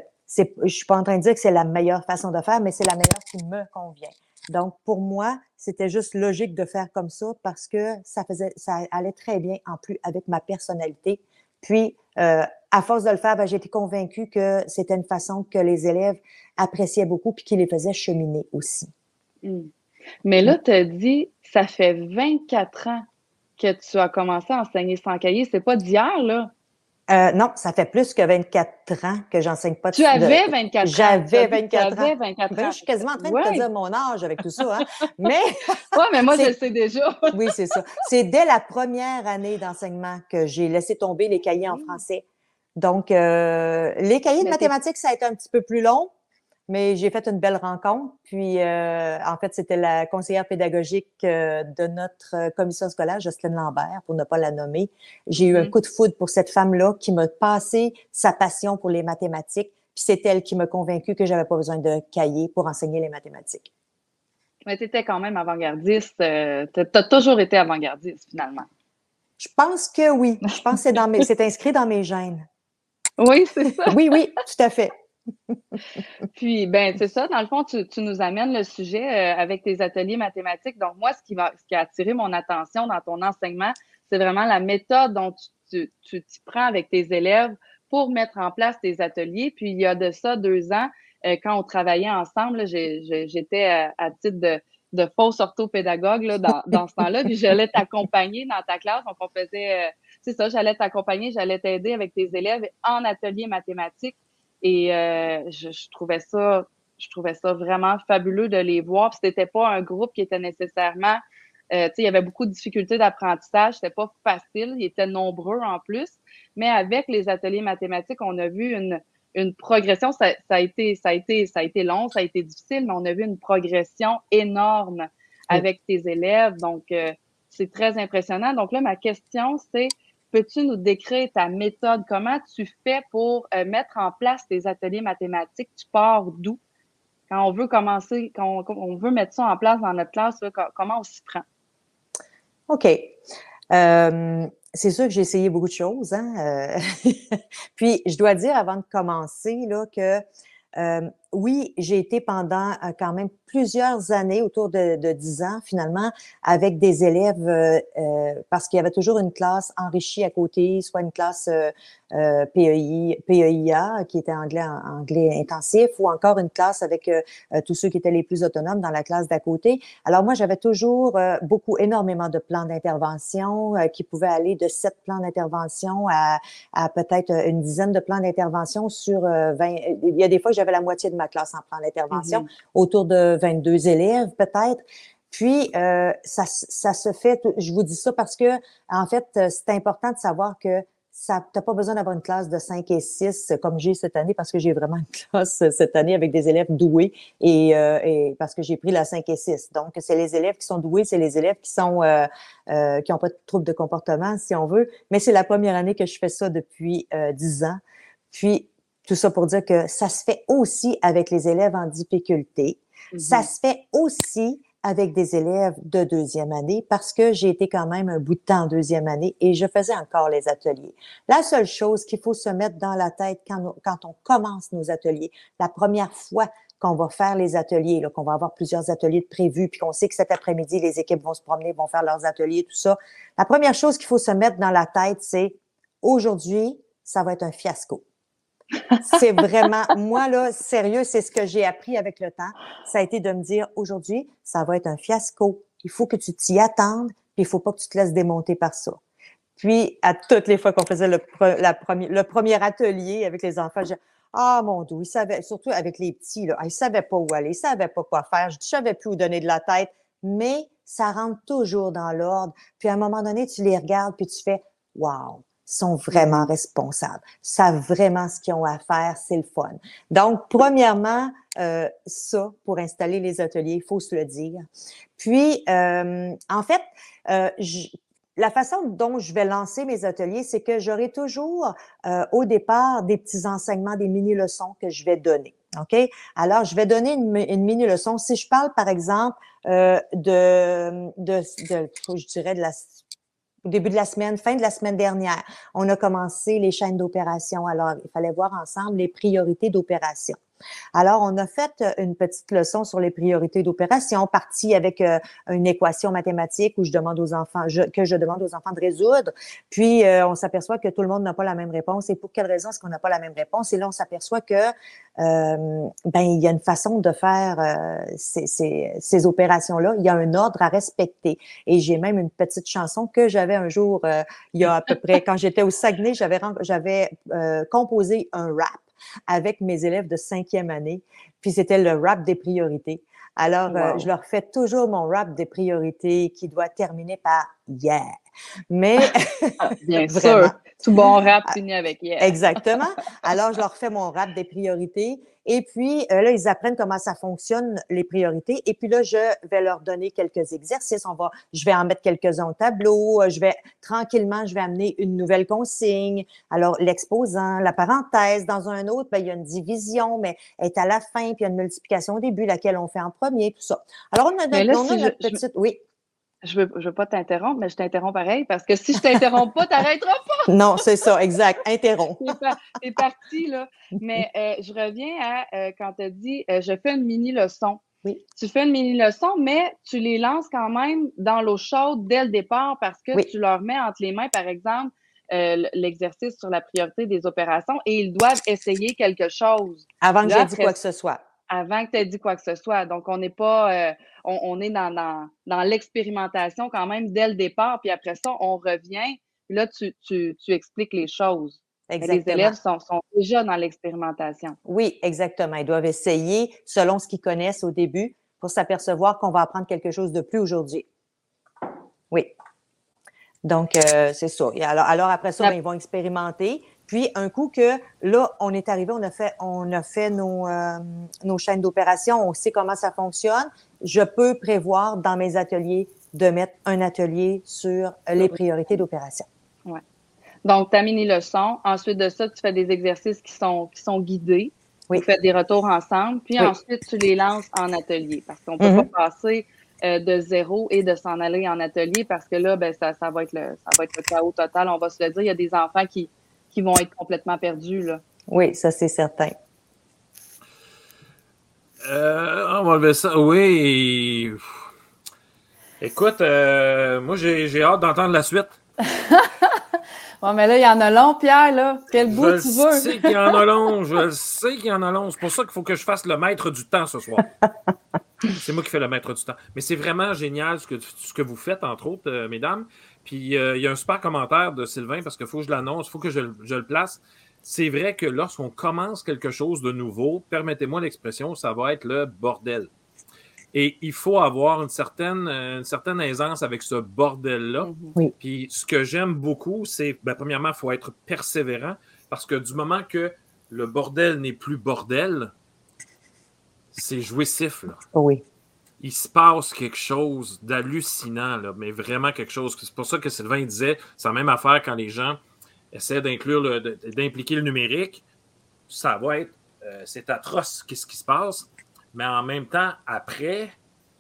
je suis pas en train de dire que c'est la meilleure façon de faire, mais c'est la meilleure qui me convient. Donc, pour moi, c'était juste logique de faire comme ça parce que ça allait très bien en plus avec ma personnalité. Puis, à force de le faire, j'ai été convaincue que c'était une façon que les élèves appréciaient beaucoup puis qui les faisait cheminer aussi. Mais là, tu as dit, ça fait 24 ans que tu as commencé à enseigner sans cahier? C'est pas d'hier, là? Non, ça fait plus que 24 ans que j'enseigne pas Tu avais 24 ans. J'avais 24 ans. Tu avais 24 Ben, ans. je suis quasiment en train de te dire mon âge avec tout ça, hein. Mais ouais, mais moi, je le sais déjà. oui, c'est ça. C'est dès la première année d'enseignement que j'ai laissé tomber les cahiers en français. Donc, les cahiers de mathématiques, ça a été un petit peu plus long, mais j'ai fait une belle rencontre. Puis, en fait, c'était la conseillère pédagogique de notre commission scolaire, Jocelyne Lambert, pour ne pas la nommer. J'ai eu un coup de foudre pour cette femme-là qui m'a passé sa passion pour les mathématiques. Puis, c'est elle qui m'a convaincue que j'avais pas besoin de cahier pour enseigner les mathématiques. Mais tu étais quand même avant-gardiste. Tu as toujours été avant-gardiste, finalement. Je pense que oui. Je pense que c'est inscrit dans mes gènes. Oui, c'est ça. Oui, tout à fait. Puis, ben, c'est ça. Dans le fond, tu nous amènes le sujet avec tes ateliers mathématiques. Donc, moi, ce qui a attiré mon attention dans ton enseignement, c'est vraiment la méthode dont tu t'y prends avec tes élèves pour mettre en place tes ateliers. Puis, il y a de ça 2 ans, quand on travaillait ensemble, j'étais à titre de fausse orthopédagogue là, dans ce temps-là. Puis, j'allais t'accompagner dans ta classe. Donc, on faisait, c'est ça, j'allais t'accompagner, j'allais t'aider avec tes élèves en atelier mathématiques. Et je trouvais ça vraiment fabuleux de les voir. Puis c'était pas un groupe qui était nécessairement, tu sais, il y avait beaucoup de difficultés d'apprentissage. C'était pas facile. Ils étaient nombreux en plus. Mais avec les ateliers mathématiques, on a vu une progression. Ça a été long, ça a été difficile, mais on a vu une progression énorme avec tes élèves. Donc, c'est très impressionnant. Donc là, ma question, c'est peux-tu nous décrire ta méthode? Comment tu fais pour mettre en place tes ateliers mathématiques? Tu pars d'où? Quand on veut commencer, quand on veut mettre ça en place dans notre classe, là, comment on s'y prend? OK. C'est sûr que j'ai essayé beaucoup de choses, hein. Puis, je dois dire avant de commencer là, que oui, j'ai été pendant quand même plusieurs années, autour de 10 ans finalement, avec des élèves parce qu'il y avait toujours une classe enrichie à côté, soit une classe PEIA, qui était anglais intensif, ou encore une classe avec tous ceux qui étaient les plus autonomes dans la classe d'à côté. Alors moi, j'avais toujours énormément de plans d'intervention qui pouvaient aller de 7 plans d'intervention à peut-être une dizaine de plans d'intervention sur 20. Il y a des fois que j'avais la moitié de ma classe en plan d'intervention, autour de 22 élèves peut-être. Puis, ça se fait, je vous dis ça parce que, en fait, c'est important de savoir que t'as pas besoin d'avoir une classe de 5 et 6 comme j'ai cette année, parce que j'ai vraiment une classe cette année avec des élèves doués et parce que j'ai pris la 5 et 6. Donc, c'est les élèves qui sont doués, c'est les élèves qui sont qui n'ont pas de troubles de comportement, si on veut. Mais c'est la première année que je fais ça depuis 10 ans. Puis, tout ça pour dire que ça se fait aussi avec les élèves en difficulté. Ça se fait aussi avec des élèves de 2e année parce que j'ai été quand même un bout de temps en 2e année et je faisais encore les ateliers. La seule chose qu'il faut se mettre dans la tête quand on commence nos ateliers, la première fois qu'on va faire les ateliers, là, qu'on va avoir plusieurs ateliers de prévus, puis qu'on sait que cet après-midi, les équipes vont se promener, vont faire leurs ateliers, tout ça. La première chose qu'il faut se mettre dans la tête, c'est aujourd'hui, ça va être un fiasco. C'est vraiment, moi là, sérieux, c'est ce que j'ai appris avec le temps. Ça a été de me dire, aujourd'hui, ça va être un fiasco. Il faut que tu t'y attendes, puis il faut pas que tu te laisses démonter par ça. Puis, à toutes les fois qu'on faisait le premier atelier avec les enfants, je disais, ah, mon Dieu, ils savaient, surtout avec les petits, là, ils savaient pas où aller, ils savaient pas quoi faire, je savais plus où donner de la tête, mais ça rentre toujours dans l'ordre. Puis, à un moment donné, tu les regardes, puis tu fais, wow, ils sont vraiment responsables, savent vraiment ce qu'ils ont à faire, c'est le fun. Donc, premièrement, ça, pour installer les ateliers, il faut se le dire. Puis, en fait, la façon dont je vais lancer mes ateliers, c'est que j'aurai toujours au départ des petits enseignements, des mini-leçons que je vais donner. OK? Alors, je vais donner une mini-leçon. Si je parle, par exemple, je dirais au début de la semaine, fin de la semaine dernière, on a commencé les chaînes d'opération. Alors, il fallait voir ensemble les priorités d'opération. Alors, on a fait une petite leçon sur les priorités d'opération, partie avec une équation mathématique où je demande aux enfants, que je demande aux enfants de résoudre. Puis, on s'aperçoit que tout le monde n'a pas la même réponse. Et pour quelle raison est-ce qu'on n'a pas la même réponse? Et là, on s'aperçoit que il y a une façon de faire ces opérations-là. Il y a un ordre à respecter. Et j'ai même une petite chanson que j'avais un jour, il y a à peu près, quand j'étais au Saguenay, j'avais composé un rap avec mes élèves de 5e année, puis c'était le rap des priorités. Alors, Wow. je leur fais toujours mon rap des priorités qui doit terminer par « yeah ». Mais Bien vraiment. sûr, tout bon rap finit avec yeah. Exactement. Alors, je leur fais mon rap des priorités. Et puis, là, ils apprennent comment ça fonctionne, les priorités. Et puis là, je vais leur donner quelques exercices. Je vais en mettre quelques-uns au tableau. Tranquillement, je vais amener une nouvelle consigne. Alors, l'exposant, la parenthèse. Dans un autre, il y a une division, mais elle est à la fin. Puis, il y a une multiplication au début, laquelle on fait en premier, tout ça. Alors, on a notre petite... Oui. Je veux pas t'interrompre, mais je t'interromps pareil parce que si je t'interromps pas, t'arrêteras pas. Non, c'est ça, exact. Interromps. T'es parti, là. Mais je reviens à quand tu as dit je fais une mini-leçon. Oui. Tu fais une mini-leçon, mais tu les lances quand même dans l'eau chaude dès le départ parce que tu leur mets entre les mains, par exemple, l'exercice sur la priorité des opérations et ils doivent essayer quelque chose. Avant que j'aie dit quoi que ce soit. Avant que tu aies dit quoi que ce soit. Donc, on n'est pas, on est dans l'expérimentation quand même dès le départ, puis après ça, on revient. Puis là, tu expliques les choses. Exactement. Les élèves sont déjà dans l'expérimentation. Oui, exactement. Ils doivent essayer selon ce qu'ils connaissent au début pour s'apercevoir qu'on va apprendre quelque chose de plus aujourd'hui. Oui. Donc, c'est ça. Et alors après ça, ils vont expérimenter. Puis, un coup que là, on est arrivé, on a fait nos chaînes d'opération, on sait comment ça fonctionne. Je peux prévoir dans mes ateliers de mettre un atelier sur les priorités d'opération. Ouais. Donc, ta mini-leçon. Ensuite de ça, tu fais des exercices qui sont guidés. Oui. Vous faites des retours ensemble. Puis ensuite, tu les lances en atelier. Parce qu'on peut pas passer de zéro et de s'en aller en atelier parce que là, ça va être le chaos total. On va se le dire. Il y a des enfants qui vont être complètement perdus, là. Oui, ça, c'est certain. On va lever ça. Oui. Écoute, moi, j'ai hâte d'entendre la suite. Bon, mais là, il y en a long, Pierre, là. Quel bout tu veux? Je sais qu'il y en a long. Je sais qu'il y en a long. C'est pour ça qu'il faut que je fasse le maître du temps ce soir. C'est moi qui fais le maître du temps. Mais c'est vraiment génial ce que vous faites, entre autres, mesdames. Puis, il y a un super commentaire de Sylvain, parce qu'il faut que je l'annonce, il faut que je le place. C'est vrai que lorsqu'on commence quelque chose de nouveau, permettez-moi l'expression, ça va être le bordel. Et il faut avoir une certaine aisance avec ce bordel-là. Oui. Puis ce que j'aime beaucoup, c'est, premièrement, il faut être persévérant, parce que du moment que le bordel n'est plus bordel, c'est jouissif, là. Oui. Il se passe quelque chose d'hallucinant, là, mais vraiment quelque chose. C'est pour ça que Sylvain disait, c'est la même affaire quand les gens essaient d'impliquer le numérique. Ça va être, c'est atroce qu'est-ce qui se passe, mais en même temps, après,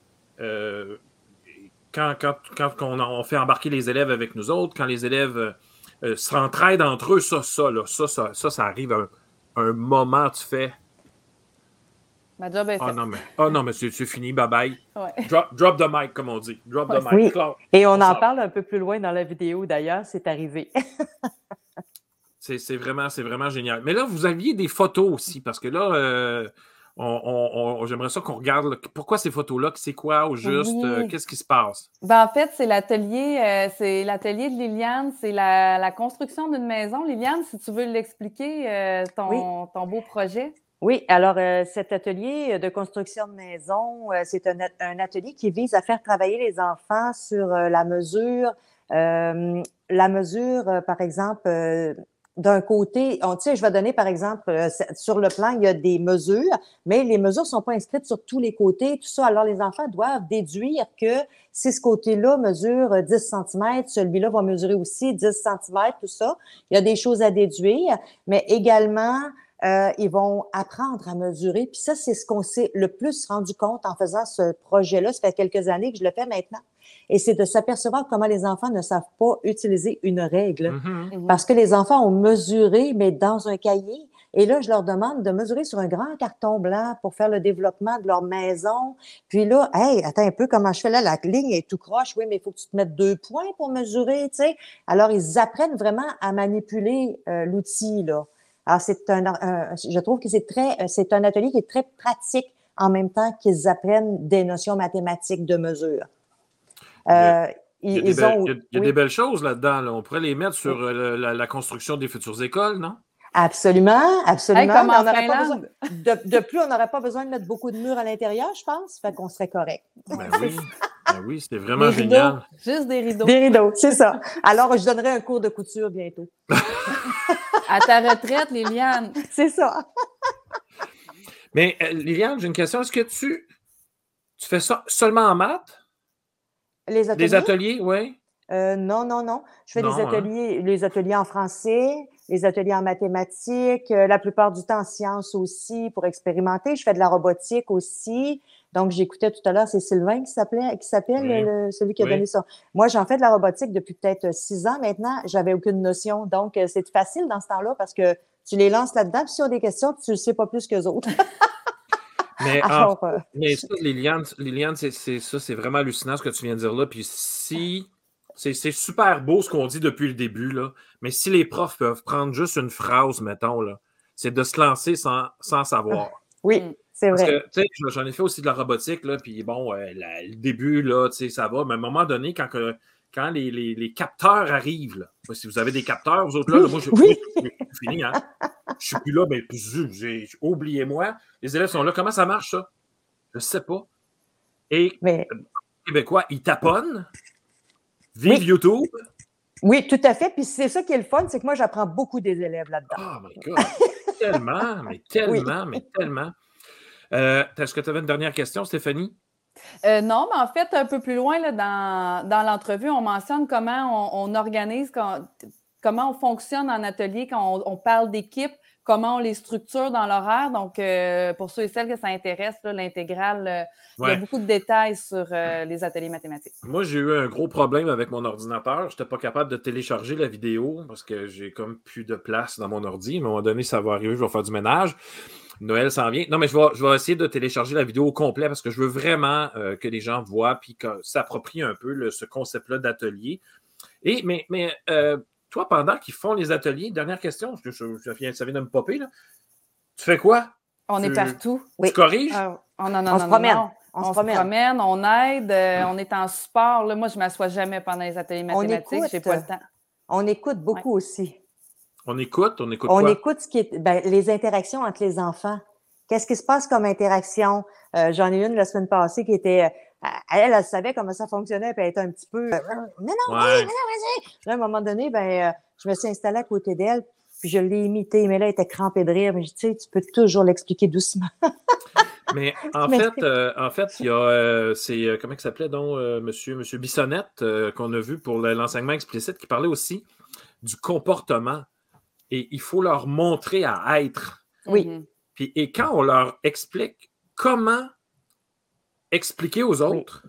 quand on fait embarquer les élèves avec nous autres, quand les élèves s'entraident entre eux, ça arrive à un moment, tu fais... Ma job est faite. Non, mais c'est fini, bye-bye. Ouais. Drop the mic, comme on dit. Drop the mic. Oui. Claude. Et on en parle un peu plus loin dans la vidéo, d'ailleurs, c'est arrivé. C'est vraiment génial. Mais là, vous aviez des photos aussi, parce que là, j'aimerais ça qu'on regarde. Là, pourquoi ces photos-là? C'est quoi, au juste? Oui. Qu'est-ce qui se passe? En fait, c'est l'atelier de Liliane. C'est la construction d'une maison. Liliane, si tu veux l'expliquer, ton beau projet. Oui, alors cet atelier de construction de maison, c'est un atelier qui vise à faire travailler les enfants sur la mesure, par exemple, d'un côté, je vais donner par exemple, sur le plan, il y a des mesures, mais les mesures ne sont pas inscrites sur tous les côtés, tout ça. Alors, les enfants doivent déduire que si ce côté-là mesure 10 cm, celui-là va mesurer aussi 10 cm, tout ça. Il y a des choses à déduire, mais également... ils vont apprendre à mesurer. Puis ça, c'est ce qu'on s'est le plus rendu compte en faisant ce projet-là. Ça fait quelques années que je le fais maintenant. Et c'est de s'apercevoir comment les enfants ne savent pas utiliser une règle. Mm-hmm. Parce que les enfants ont mesuré, mais dans un cahier. Et là, je leur demande de mesurer sur un grand carton blanc pour faire le développement de leur maison. Puis là, hey, attends un peu, comment je fais là? La ligne est tout croche. Oui, mais il faut que tu te mettes 2 points pour mesurer, tu sais. Alors, ils apprennent vraiment à manipuler l'outil, là. Alors, je trouve que c'est un atelier qui est très pratique en même temps qu'ils apprennent des notions mathématiques de mesure. Il y a des belles choses là-dedans. Là. On pourrait les mettre sur la construction des futures écoles, non? Absolument, absolument. Hey, comme en on n'aurait pas besoin, Finlande. de plus, on n'aurait pas besoin de mettre beaucoup de murs à l'intérieur, je pense. Fait qu'on serait correct. Ben oui, c'était vraiment Des génial. rideaux, juste des rideaux. Des rideaux, c'est ça. Alors, je donnerai un cours de couture bientôt. À ta retraite, Liliane. C'est ça. Mais Liliane, j'ai une question. Est-ce que tu fais ça seulement en maths? Les ateliers? Des ateliers, oui? Non. Je fais Non, les ateliers en français, les ateliers en mathématiques, la plupart du temps en sciences aussi pour expérimenter. Je fais de la robotique aussi. Donc, j'écoutais tout à l'heure, c'est Sylvain qui s'appelle celui qui a donné ça. Moi, j'en fais de la robotique depuis peut-être 6 ans maintenant. J'avais aucune notion. Donc, c'est facile dans ce temps-là parce que tu les lances là-dedans. Puis, si ont des questions, tu ne sais pas plus qu'eux autres. Mais, mais ça, Liliane, c'est vraiment hallucinant ce que tu viens de dire là. Puis c'est super beau ce qu'on dit depuis le début, là. Mais si les profs peuvent prendre juste une phrase, mettons, là, c'est de se lancer sans savoir. Oui, c'est vrai. Parce que, tu sais, j'en ai fait aussi de la robotique, là, puis bon, le début, là, tu sais, ça va. Mais à un moment donné, quand les capteurs arrivent, là, si vous avez des capteurs, vous autres, là, moi, je fini, hein. Je suis plus là, ben, oubliez-moi. Les élèves sont là. Comment ça marche, ça? Je ne sais pas. Et les Québécois, ils taponnent. Vive YouTube. Oui, tout à fait. Puis c'est ça qui est le fun, c'est que moi, j'apprends beaucoup des élèves là-dedans. Oh my God! tellement. Est-ce que tu avais une dernière question, Stéphanie? Non, mais en fait, un peu plus loin là, dans l'entrevue, on mentionne comment on organise, comment on fonctionne en atelier, quand on parle d'équipe, comment on les structure dans l'horaire. Donc, pour ceux et celles que ça intéresse, là, l'intégrale, il y a beaucoup de détails sur les ateliers mathématiques. Moi, j'ai eu un gros problème avec mon ordinateur. Je n'étais pas capable de télécharger la vidéo parce que j'ai comme plus de place dans mon ordi. À un moment donné, ça va arriver, je vais faire du ménage. Noël s'en vient. Non, mais je vais essayer de télécharger la vidéo au complet parce que je veux vraiment que les gens voient et s'approprient un peu ce concept-là d'atelier. Mais toi, pendant qu'ils font les ateliers, dernière question, parce que ça vient de me popper, là. Tu fais quoi? On est partout. Tu corriges? Non. On se promène. On se promène, on aide, on est en support. Là, moi, je ne m'assois jamais pendant les ateliers mathématiques, je n'ai pas le temps. On écoute beaucoup aussi. On écoute quoi? On écoute ce qui est les interactions entre les enfants. Qu'est-ce qui se passe comme interaction? J'en ai une la semaine passée qui était... Elle savait comment ça fonctionnait, puis elle était un petit peu... Mais non, vas-y! Là, à un moment donné, je me suis installée à côté d'elle, puis je l'ai imitée, mais là, elle était crampée de rire. Mais je dis, tu sais, tu peux toujours l'expliquer doucement. Mais en fait, il y a... comment il s'appelait donc, monsieur Bissonnette, qu'on a vu pour l'enseignement explicite, qui parlait aussi du comportement. Et il faut leur montrer à être. Oui. Et quand on leur explique comment expliquer aux autres.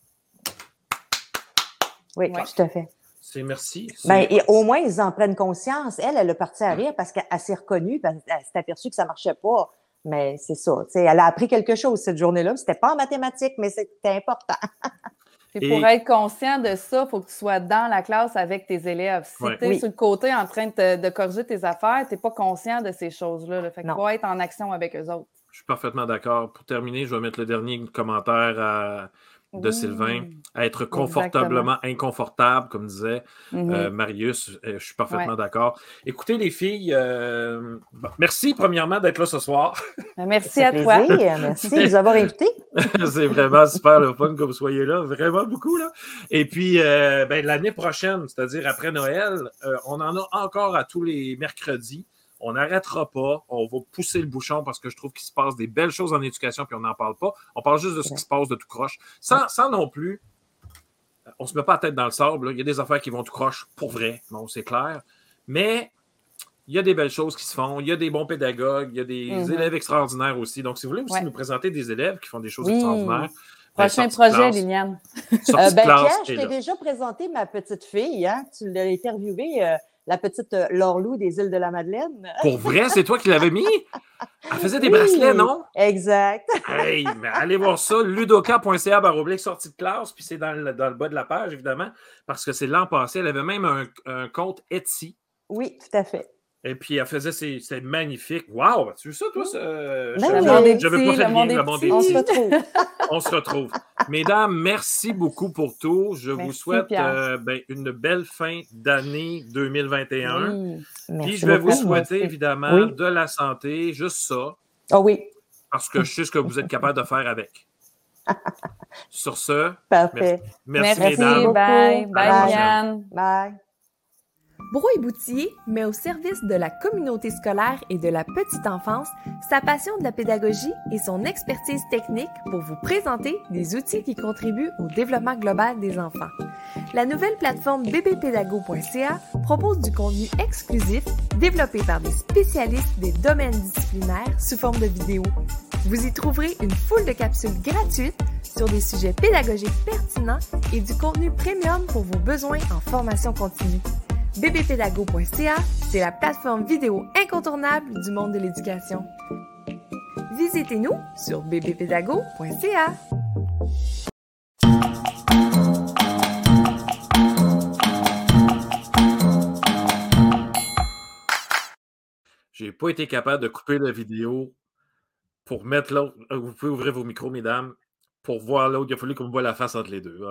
Oui, tout à fait. Merci. Et au moins, ils en prennent conscience. Elle est partie à rire parce qu'elle s'est reconnue, parce qu'elle s'est aperçue que ça ne marchait pas. Mais c'est ça. Elle a appris quelque chose cette journée-là. C'était pas en mathématiques, mais c'était important. Puis pour être conscient de ça, il faut que tu sois dans la classe avec tes élèves. Si tu es sur le côté en train de corriger tes affaires, tu n'es pas conscient de ces choses-là. Fait qu'il faut être en action avec eux autres. Je suis parfaitement d'accord. Pour terminer, je vais mettre le dernier commentaire de Sylvain. Être confortablement inconfortable, comme disait Marius. Je suis parfaitement d'accord. Écoutez, les filles, merci premièrement d'être là ce soir. Merci à toi. Merci de nous avoir invités. C'est vraiment super le fun que vous soyez là. Vraiment beaucoup, là. Et puis, l'année prochaine, c'est-à-dire après Noël, on en a encore à tous les mercredis. On n'arrêtera pas. On va pousser le bouchon parce que je trouve qu'il se passe des belles choses en éducation puis on n'en parle pas. On parle juste de ce qui se passe de tout croche. Sans non plus, on ne se met pas la tête dans le sable. Là. Il y a des affaires qui vont tout croche pour vrai. Bon, c'est clair. Mais il y a des belles choses qui se font. Il y a des bons pédagogues. Il y a des élèves extraordinaires aussi. Donc, si vous voulez aussi nous présenter des élèves qui font des choses extraordinaires. Prochain projet, Liliane. Pierre, je t'ai déjà présenté ma petite fille. Hein? Tu l'as interviewée. la petite Laure-Lou des îles de la Madeleine. Pour vrai, c'est toi qui l'avais mis? Elle faisait des bracelets, non? Exact. Hey, mais allez voir ça, ludoka.ca/sortie de classe, puis c'est dans le bas de la page, évidemment, parce que c'est l'an passé. Elle avait même un compte Etsy. Oui, tout à fait. Et puis, elle faisait c'était magnifique. Wow! Tu veux ça, toi? J'avais pas fait bien, le monde des On se petits. retrouve. On se retrouve. Mesdames, merci beaucoup pour tout. Je vous souhaite une belle fin d'année 2021. Oui. Puis, je vais vous souhaiter, évidemment, Oui. de la santé, juste ça, Ah oui, parce que je sais ce que vous êtes capable de faire avec. Sur ce, parfait. merci, Merci, mesdames. bye. À la Bye, prochaine. Liliane. Bye. Brouille-Boutillé met au service de la communauté scolaire et de la petite enfance sa passion de la pédagogie et son expertise technique pour vous présenter des outils qui contribuent au développement global des enfants. La nouvelle plateforme bbpédago.ca propose du contenu exclusif développé par des spécialistes des domaines disciplinaires sous forme de vidéos. Vous y trouverez une foule de capsules gratuites sur des sujets pédagogiques pertinents et du contenu premium pour vos besoins en formation continue. bbpédago.ca, c'est la plateforme vidéo incontournable du monde de l'éducation. Visitez-nous sur bbpédago.ca. J'ai pas été capable de couper la vidéo pour mettre l'autre. Vous pouvez ouvrir vos micros, mesdames, pour voir l'autre. Il a fallu qu'on voit la face entre les deux.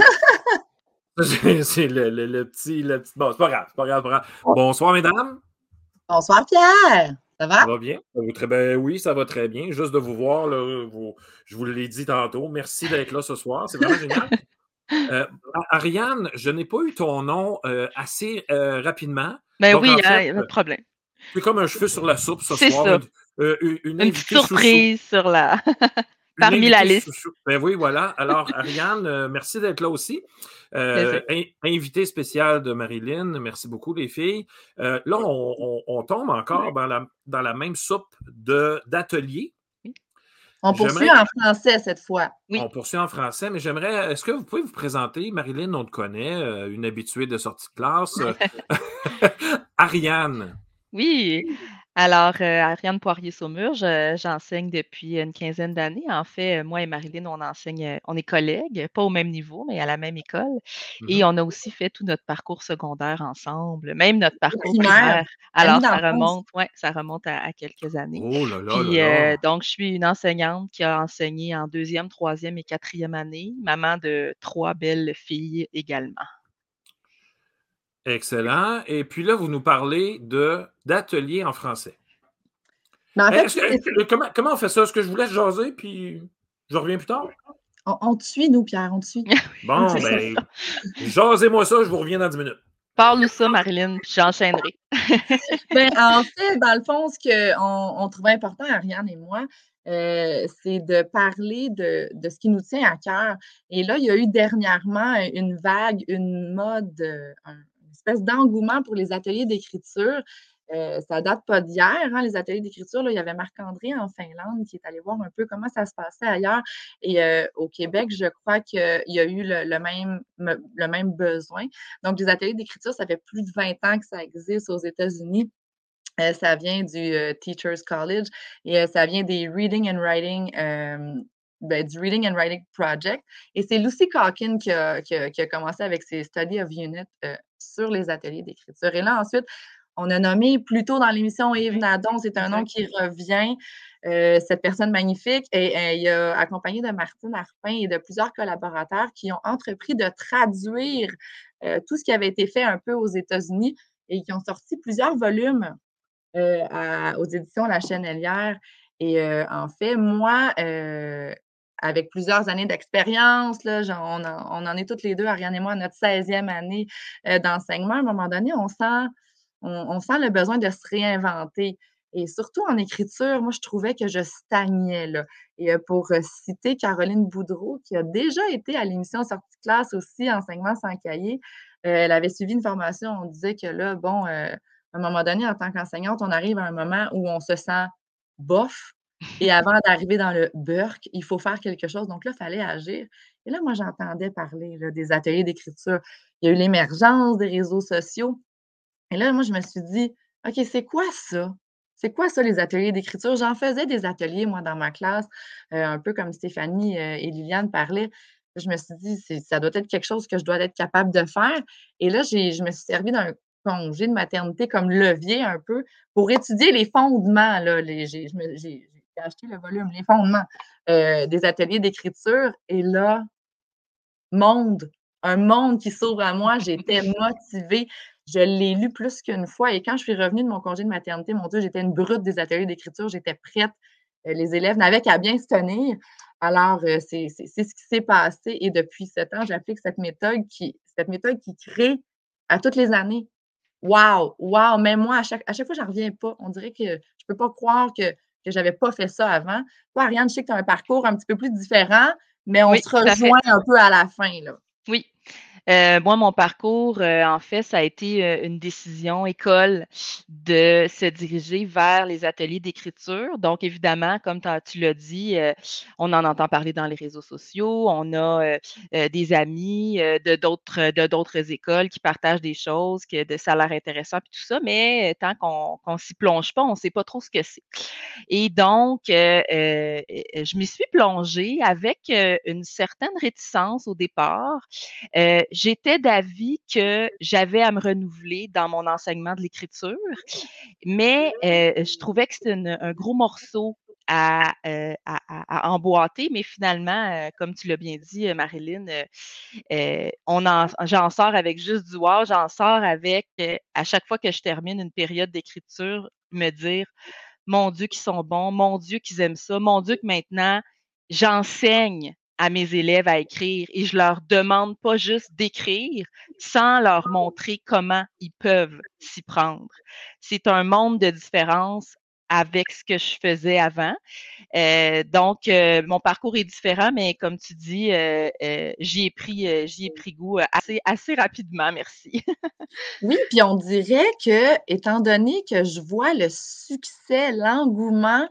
C'est le petit. Bon, c'est pas grave. C'est pas grave. Bonsoir, mesdames. Bonsoir, Pierre. Ça va? Ça va bien? Très bien. Oui, ça va très bien. Juste de vous voir, là, je vous l'ai dit tantôt. Merci d'être là ce soir. C'est vraiment génial. Ariane, je n'ai pas eu ton nom assez rapidement. Ben Donc, oui, en il fait, n'y a pas de problème. c'est comme un cheveu sur la soupe ce C'est soir. ça. Une Une petite surprise sur la... parmi la liste. Ben oui, voilà. Alors, Ariane, merci d'être là aussi. Invité spécial de Marilyn. Merci beaucoup, les filles. Là, on tombe encore dans la même soupe d'atelier. On poursuit en français cette fois. Oui. On poursuit en français, mais j'aimerais... Est-ce que vous pouvez vous présenter? Marilyn, on te connaît, une habituée de sortie de classe. Ariane. Oui. Alors, Ariane Poirier-Saumur, j'enseigne depuis une quinzaine d'années. En fait, moi et Marilyn, on enseigne, on est collègues, pas au même niveau, mais à la même école. Et on a aussi fait tout notre parcours secondaire ensemble, même notre parcours primaire. Alors, ça remonte à quelques années. Oh là là Puis, là là. donc, je suis une enseignante qui a enseigné en 2e, 3e et 4e année, maman de 3 belles filles également. Excellent. Et puis là, vous nous parlez d'atelier en français. Mais en fait, comment on fait ça? Est-ce que je vous laisse jaser, puis je reviens plus tard? On te suit, nous, Pierre, on te suit. Bon, ben, jasez-moi ça, je vous reviens dans 10 minutes. Parle-nous ça, Marilyn, puis j'enchaînerai. Ben, en fait, dans le fond, ce qu'on trouvait important, Ariane et moi, c'est de parler de ce qui nous tient à cœur. Et là, il y a eu dernièrement une vague, une mode, une espèce d'engouement pour les ateliers d'écriture. Ça date pas d'hier, hein, les ateliers d'écriture. Là, il y avait Marc-André en Finlande qui est allé voir un peu comment ça se passait ailleurs. Et au Québec, je crois qu'il y a eu le même besoin. Donc, les ateliers d'écriture, ça fait plus de 20 ans que ça existe aux États-Unis. Ça vient du Teachers College et ça vient des Reading and Writing, du Reading and Writing Project. Et c'est Lucy Calkin qui a commencé avec ses Study of Unit sur les ateliers d'écriture. Et là, ensuite, on a nommé plus tôt dans l'émission Yves Nadon, c'est un nom qui revient, cette personne magnifique. Et il a accompagné de Martine Arpin et de plusieurs collaborateurs qui ont entrepris de traduire tout ce qui avait été fait un peu aux États-Unis et qui ont sorti plusieurs volumes aux éditions La Chenelière. Et en fait, moi, avec plusieurs années d'expérience, là, on en est toutes les deux, Ariane et moi, à notre 16e année d'enseignement. À un moment donné, on sent le besoin de se réinventer. Et surtout en écriture, moi, je trouvais que je stagnais, là. Et pour citer Caroline Boudreau, qui a déjà été à l'émission Sortie de classe aussi, Enseignement sans cahier, elle avait suivi une formation, on disait que là, bon... à un moment donné, en tant qu'enseignante, on arrive à un moment où on se sent bof. Et avant d'arriver dans le burk, il faut faire quelque chose. Donc là, il fallait agir. Et là, moi, j'entendais parler là, des ateliers d'écriture. Il y a eu l'émergence des réseaux sociaux. Et là, moi, je me suis dit, OK, c'est quoi ça? C'est quoi ça, les ateliers d'écriture? J'en faisais des ateliers, moi, dans ma classe, un peu comme Stéphanie et Liliane parlaient. Je me suis dit, ça doit être quelque chose que je dois être capable de faire. Et là, je me suis servi d'un congé de maternité comme levier un peu pour étudier les fondements. Là, j'ai acheté le volume, les fondements des ateliers d'écriture. Et là, un monde qui s'ouvre à moi. J'étais motivée. Je l'ai lu plus qu'une fois et quand je suis revenue de mon congé de maternité, mon Dieu, j'étais une brute des ateliers d'écriture, j'étais prête. Les élèves n'avaient qu'à bien se tenir. Alors, c'est ce qui s'est passé et depuis 7 ans, j'applique cette méthode qui crée à toutes les années. Wow! Wow! Même moi, à chaque fois, j'en reviens pas. On dirait que je peux pas croire que j'avais pas fait ça avant. Toi, Ariane, je sais que tu as un parcours un petit peu plus différent, mais on Oui, se tout à fait. rejoint un peu à la fin, là. Oui. Moi, mon parcours, en fait, ça a été une décision école de se diriger vers les ateliers d'écriture. Donc, évidemment, comme tu l'as dit, on en entend parler dans les réseaux sociaux. On a des amis de d'autres écoles qui partagent des choses, ça a l'air intéressant, puis tout ça, mais tant qu'on s'y plonge pas, on ne sait pas trop ce que c'est. Et donc, je m'y suis plongée avec une certaine réticence au départ. J'étais d'avis que j'avais à me renouveler dans mon enseignement de l'écriture, mais je trouvais que c'était un gros morceau à emboîter, mais finalement, comme tu l'as bien dit, Marilyn, j'en sors avec juste du wow, j'en sors avec, à chaque fois que je termine une période d'écriture, me dire mon Dieu qu'ils sont bons, mon Dieu qu'ils aiment ça, mon Dieu que maintenant, j'enseigne à mes élèves à écrire et je leur demande pas juste d'écrire sans leur montrer comment ils peuvent s'y prendre. C'est un monde de différence avec ce que je faisais avant. Donc, mon parcours est différent, mais comme tu dis, j'y ai pris goût assez rapidement, merci. Oui, puis on dirait que, étant donné que je vois le succès, l'engouement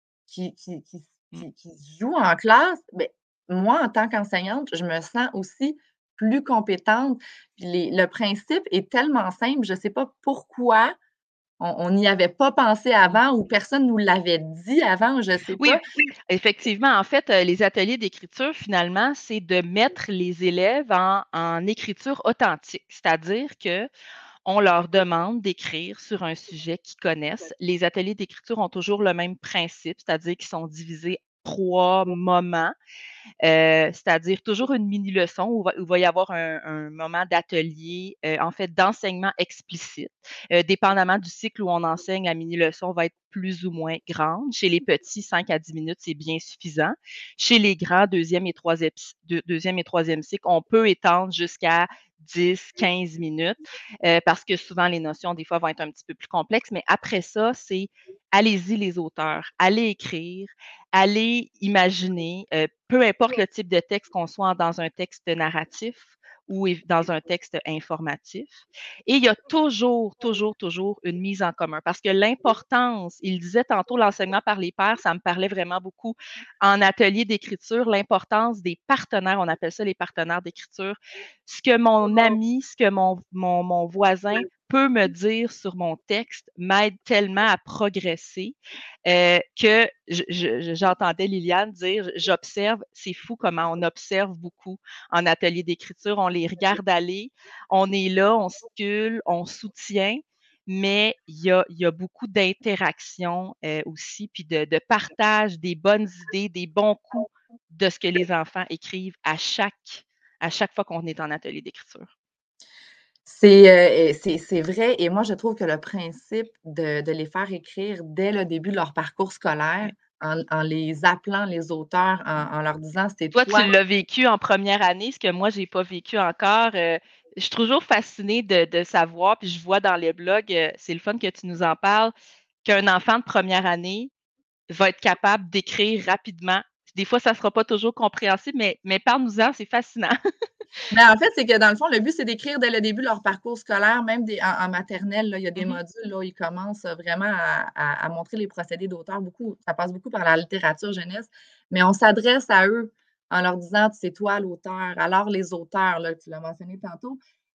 qui se joue en classe, ben, moi, en tant qu'enseignante, je me sens aussi plus compétente. Puis le principe est tellement simple, je ne sais pas pourquoi on n'y avait pas pensé avant ou personne ne nous l'avait dit avant, je ne sais Oui, pas. effectivement. En fait, les ateliers d'écriture, finalement, c'est de mettre les élèves en écriture authentique, c'est-à-dire que on leur demande d'écrire sur un sujet qu'ils connaissent. Les ateliers d'écriture ont toujours le même principe, c'est-à-dire qu'ils sont divisés en 3 moments. C'est-à-dire toujours une mini-leçon où il va y avoir un moment d'atelier, en fait, d'enseignement explicite. Dépendamment du cycle où on enseigne, la mini-leçon va être plus ou moins grande. Chez les petits, 5 à 10 minutes, c'est bien suffisant. Chez les grands, deuxième et troisième cycle, on peut étendre jusqu'à 10, 15 minutes, parce que souvent les notions, des fois, vont être un petit peu plus complexes. Mais après ça, c'est allez-y les auteurs, allez écrire, allez imaginer, peu importe le type de texte, qu'on soit dans un texte narratif ou dans un texte informatif. Et il y a toujours, toujours, toujours une mise en commun parce que l'importance, il disait tantôt l'enseignement par les pairs, ça me parlait vraiment beaucoup en atelier d'écriture, l'importance des partenaires, on appelle ça les partenaires d'écriture. Ce que mon ami, ce que mon voisin peut me dire sur mon texte m'aide tellement à progresser que j'entendais Liliane dire, j'observe, c'est fou comment on observe beaucoup en atelier d'écriture, on les regarde aller, on est là, on scule, on soutient, mais il y a beaucoup d'interaction aussi, puis de partage des bonnes idées, des bons coups de ce que les enfants écrivent à chaque fois qu'on est en atelier d'écriture. C'est vrai et moi, je trouve que le principe de les faire écrire dès le début de leur parcours scolaire, Oui. en les appelant les auteurs, en leur disant: «C'est Toi, toi». tu l'as vécu en première année, ce que moi, j'ai pas vécu encore. Je suis toujours fascinée de savoir, puis je vois dans les blogs, c'est le fun que tu nous en parles, qu'un enfant de première année va être capable d'écrire rapidement. Des fois, ça sera pas toujours compréhensible, mais parle-nous-en, c'est fascinant. Mais en fait, c'est que dans le fond, le but, c'est d'écrire dès le début leur parcours scolaire, même en maternelle, là, il y a des modules là, où ils commencent vraiment à montrer les procédés d'auteur. Beaucoup, ça passe beaucoup par la littérature jeunesse, mais on s'adresse à eux en leur disant: «C'est toi l'auteur». Alors, les auteurs, là, tu l'as mentionné tantôt,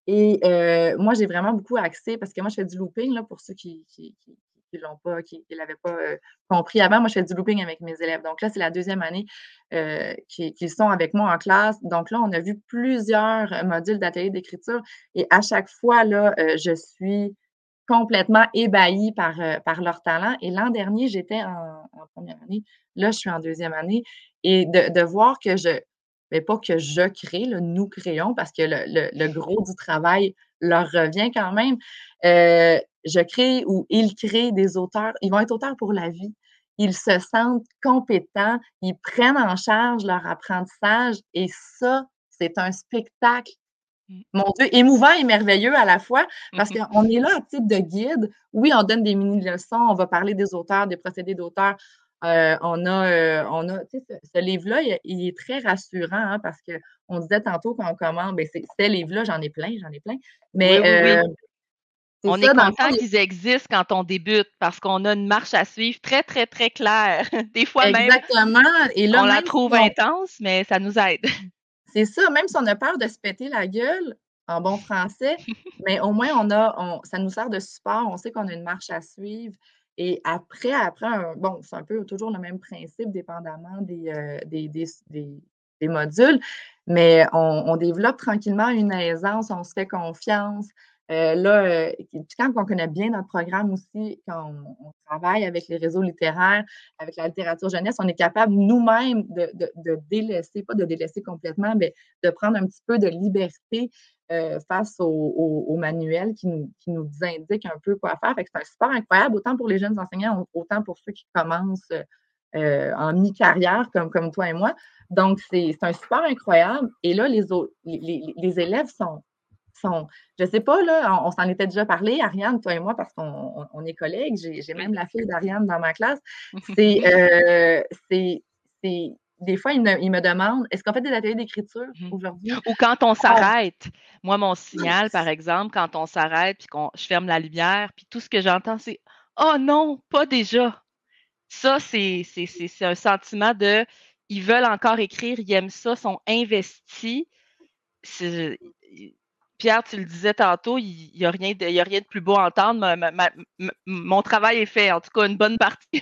Et moi, j'ai vraiment beaucoup axé, parce que moi, je fais du looping, là, pour ceux qui l'ont pas, qui l'avaient pas compris avant. Moi, je fais du looping avec mes élèves. Donc là, c'est la 2e année qu'ils sont avec moi en classe. Donc là, on a vu plusieurs modules d'atelier d'écriture et à chaque fois, là, je suis complètement ébahie par leur talent. Et l'an dernier, j'étais en première année. Là, je suis en 2e année. Et de voir que mais pas que je crée, là, nous créons, parce que le gros du travail leur revient quand même. Je crée ou ils créent des auteurs. Ils vont être auteurs pour la vie. Ils se sentent compétents. Ils prennent en charge leur apprentissage. Et ça, c'est un spectacle, mon Dieu, émouvant et merveilleux à la fois, parce qu'on est là à titre de guide. Oui, on donne des mini-leçons, on va parler des auteurs, des procédés d'auteurs. On a tu sais, ce livre-là, il est très rassurant, hein, parce qu'on disait tantôt quand on commande, ben ces livres-là, j'en ai plein. Mais Oui. c'est On ça, est dans le content fond, qu'ils existent quand on débute parce qu'on a une marche à suivre très, très, très claire. Des fois même, exactement. Et là, on la même trouve si on intense, mais ça nous aide. c'est ça, même si on a peur de se péter la gueule, en bon français, mais au moins ça nous sert de support, on sait qu'on a une marche à suivre et après bon, c'est un peu toujours le même principe dépendamment des modules, mais on développe tranquillement une aisance, on se fait confiance. Puis quand on connaît bien notre programme aussi, quand on travaille avec les réseaux littéraires, avec la littérature jeunesse, on est capable nous-mêmes de délaisser, pas de délaisser complètement, mais de prendre un petit peu de liberté face au manuel qui nous indique un peu quoi faire. Fait que c'est un support incroyable, autant pour les jeunes enseignants, autant pour ceux qui commencent en mi-carrière, comme toi et moi. Donc, c'est un support incroyable. Et là, les élèves sont je sais pas, là, on s'en était déjà parlé, Ariane, toi et moi, parce qu'on est collègues. J'ai même la fille d'Ariane dans ma classe. Des fois, ils me demandent, est-ce qu'on fait des ateliers d'écriture aujourd'hui? Ou quand on s'arrête. Moi, mon signal, par exemple, quand on s'arrête puis je ferme la lumière, puis tout ce que j'entends, c'est « Oh non, pas déjà! » Ça, c'est un sentiment de « Ils veulent encore écrire, ils aiment ça, sont investis. » Pierre, tu le disais tantôt, il n'y a rien de plus beau à entendre. Mon travail est fait, en tout cas, une bonne partie.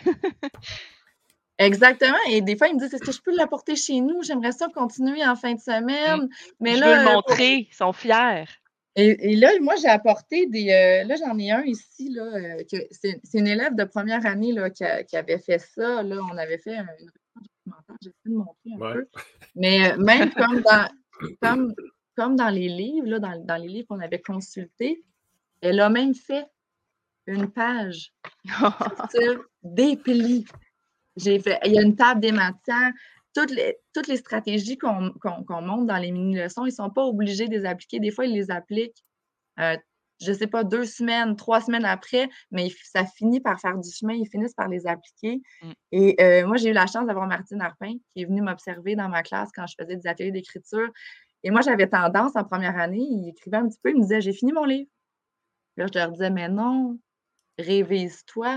Exactement. Et des fois, ils me disent, est-ce que je peux l'apporter chez nous? J'aimerais ça continuer en fin de semaine. Mais Je là, veux le montrer, ils sont fiers. Et là, moi, j'ai apporté là, j'en ai un ici, là, c'est une élève de première année là, qui avait fait ça. Là, on avait fait une documentaire, j'essaie de montrer un peu. Mais même comme dans les livres, là, dans les livres qu'on avait consultés, elle a même fait une page sur des plis. Il y a une table des matières. Toutes les stratégies qu'on montre dans les mini-leçons, ils ne sont pas obligés de les appliquer. Des fois, ils les appliquent, je ne sais pas, 2 semaines, 3 semaines après, mais ça finit par faire du chemin. Ils finissent par les appliquer. Et moi, j'ai eu la chance d'avoir Martine Arpin qui est venue m'observer dans ma classe quand je faisais des ateliers d'écriture. Et moi, j'avais tendance en première année, il écrivait un petit peu, il me disait « J'ai fini mon livre. » Là, je leur disais « Mais non, révise-toi. »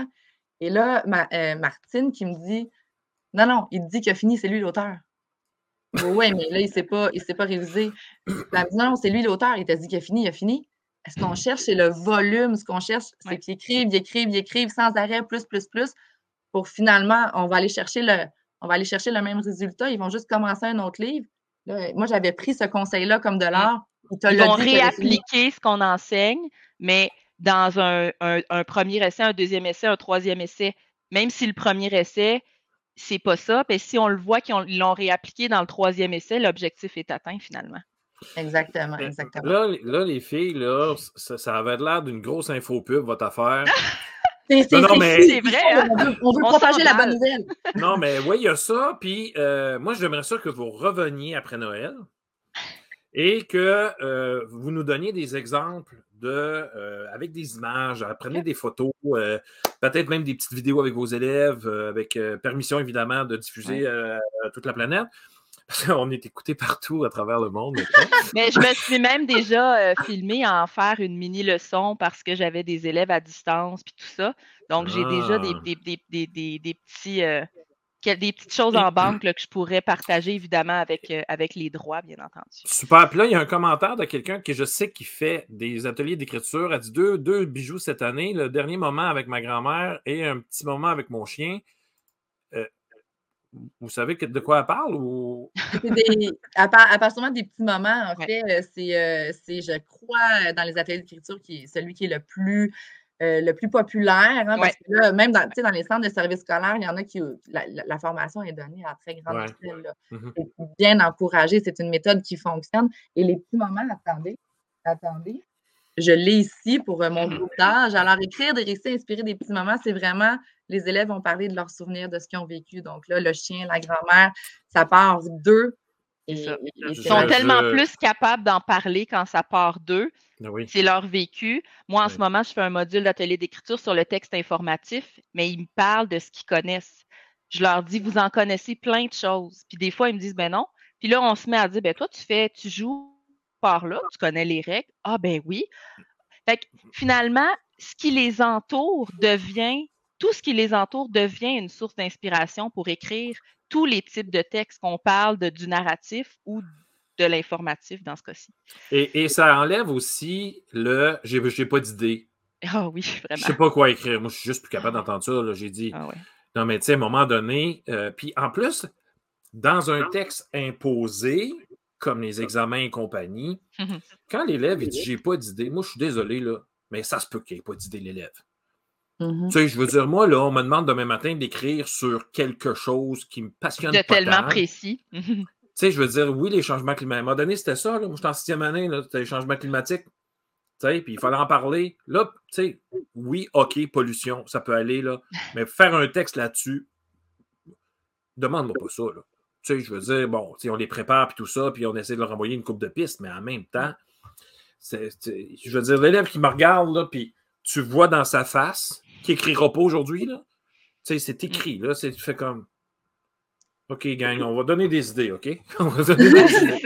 Et là, Martine qui me dit « Non, il dit qu'il a fini, c'est lui l'auteur. » Oui, mais là, il ne s'est pas révisé. Elle me dit « Non, c'est lui l'auteur. Il t'a dit qu'il a fini, il a fini. » Ce qu'on cherche, c'est le volume. Ce qu'on cherche, c'est qu'ils écrivent sans arrêt, plus, pour finalement, on va aller chercher le même résultat. Ils vont juste commencer un autre livre. Là, moi, j'avais pris ce conseil-là comme de l'art. Ils vont réappliquer ce qu'on enseigne, mais dans un premier essai, un deuxième essai, un troisième essai. Même si le premier essai, c'est pas ça, puis si on le voit qu'ils l'ont réappliqué dans le troisième essai, l'objectif est atteint finalement. Exactement. Là, les filles, là, ça avait l'air d'une grosse infopub, votre affaire. C'est vrai. Hein? On veut propager la bonne nouvelle. Non, mais oui, il y a ça. Puis moi, j'aimerais ça que vous reveniez après Noël et que vous nous donniez des exemples avec des images, prenez des photos, peut-être même des petites vidéos avec vos élèves, avec permission évidemment de diffuser à toute la planète. Parce qu'on est écouté partout à travers le monde. Mais je me suis même déjà filmée à en faire une mini-leçon parce que j'avais des élèves à distance puis tout ça. Donc, j'ai déjà des petits des petites choses en banque là, que je pourrais partager, évidemment, avec les droits, bien entendu. Super. Puis là, il y a un commentaire de quelqu'un que je sais qui fait des ateliers d'écriture. Elle dit deux bijoux cette année, le dernier moment avec ma grand-mère et un petit moment avec mon chien. Vous savez de quoi elle parle? Ou... Elle parle sûrement des petits moments, en fait. C'est, je crois, dans les ateliers d'écriture, celui qui est le plus populaire, hein, parce que là, même dans les centres de services scolaires, il y en a qui la formation est donnée à très grande échelle. C'est bien encouragé, c'est une méthode qui fonctionne. Et les petits moments, attendez, je l'ai ici pour mon groupe d'âge. Alors, écrire des récits inspirés des petits moments, c'est vraiment, les élèves vont parler de leurs souvenirs, de ce qu'ils ont vécu. Donc là, le chien, la grand-mère, ça part d'eux. Ils sont tellement plus capables d'en parler quand ça part d'eux. Oui. C'est leur vécu. Moi, en ce moment, je fais un module d'atelier d'écriture sur le texte informatif, mais ils me parlent de ce qu'ils connaissent. Je leur dis, vous en connaissez plein de choses. Puis des fois, ils me disent, ben non. Puis là, on se met à dire, ben toi, tu joues par là, tu connais les règles. Ah ben oui. Fait que finalement, tout ce qui les entoure devient une source d'inspiration pour écrire tous les types de textes, qu'on parle du narratif ou de l'informatif dans ce cas-ci. Et ça enlève aussi le « j'ai pas d'idée ». Ah oui, vraiment. Je sais pas quoi écrire. Moi, je suis juste plus capable d'entendre ça. Là. J'ai dit, non, mais tu sais, à un moment donné, puis en plus, dans un texte imposé, comme les examens et compagnie, quand l'élève dit « j'ai pas d'idée », moi, je suis désolé, là, mais ça se peut qu'il n'y ait pas d'idée, l'élève. Tu sais, je veux dire, moi, là, on me demande demain matin d'écrire sur quelque chose qui me passionne pas tellement tant. précis. Tu sais, je veux dire, oui, les changements climatiques. À un moment donné, c'était ça. Là. Moi, j'étais en 6e année, là, c'était les changements climatiques. Tu sais, puis il fallait en parler. Là, tu sais, oui, OK, pollution, ça peut aller, là. Mais faire un texte là-dessus, demande-moi pas ça, là. Tu sais, je veux dire, bon, tu sais, on les prépare, puis tout ça, puis on essaie de leur envoyer une coupe de pistes, mais en même temps, je veux dire, l'élève qui me regarde, là, puis tu vois dans sa face qu'il n'écrira pas aujourd'hui, là. Tu sais, c'est écrit, là. Tu fais comme... OK, gang, on va donner des idées, OK? On va donner des idées.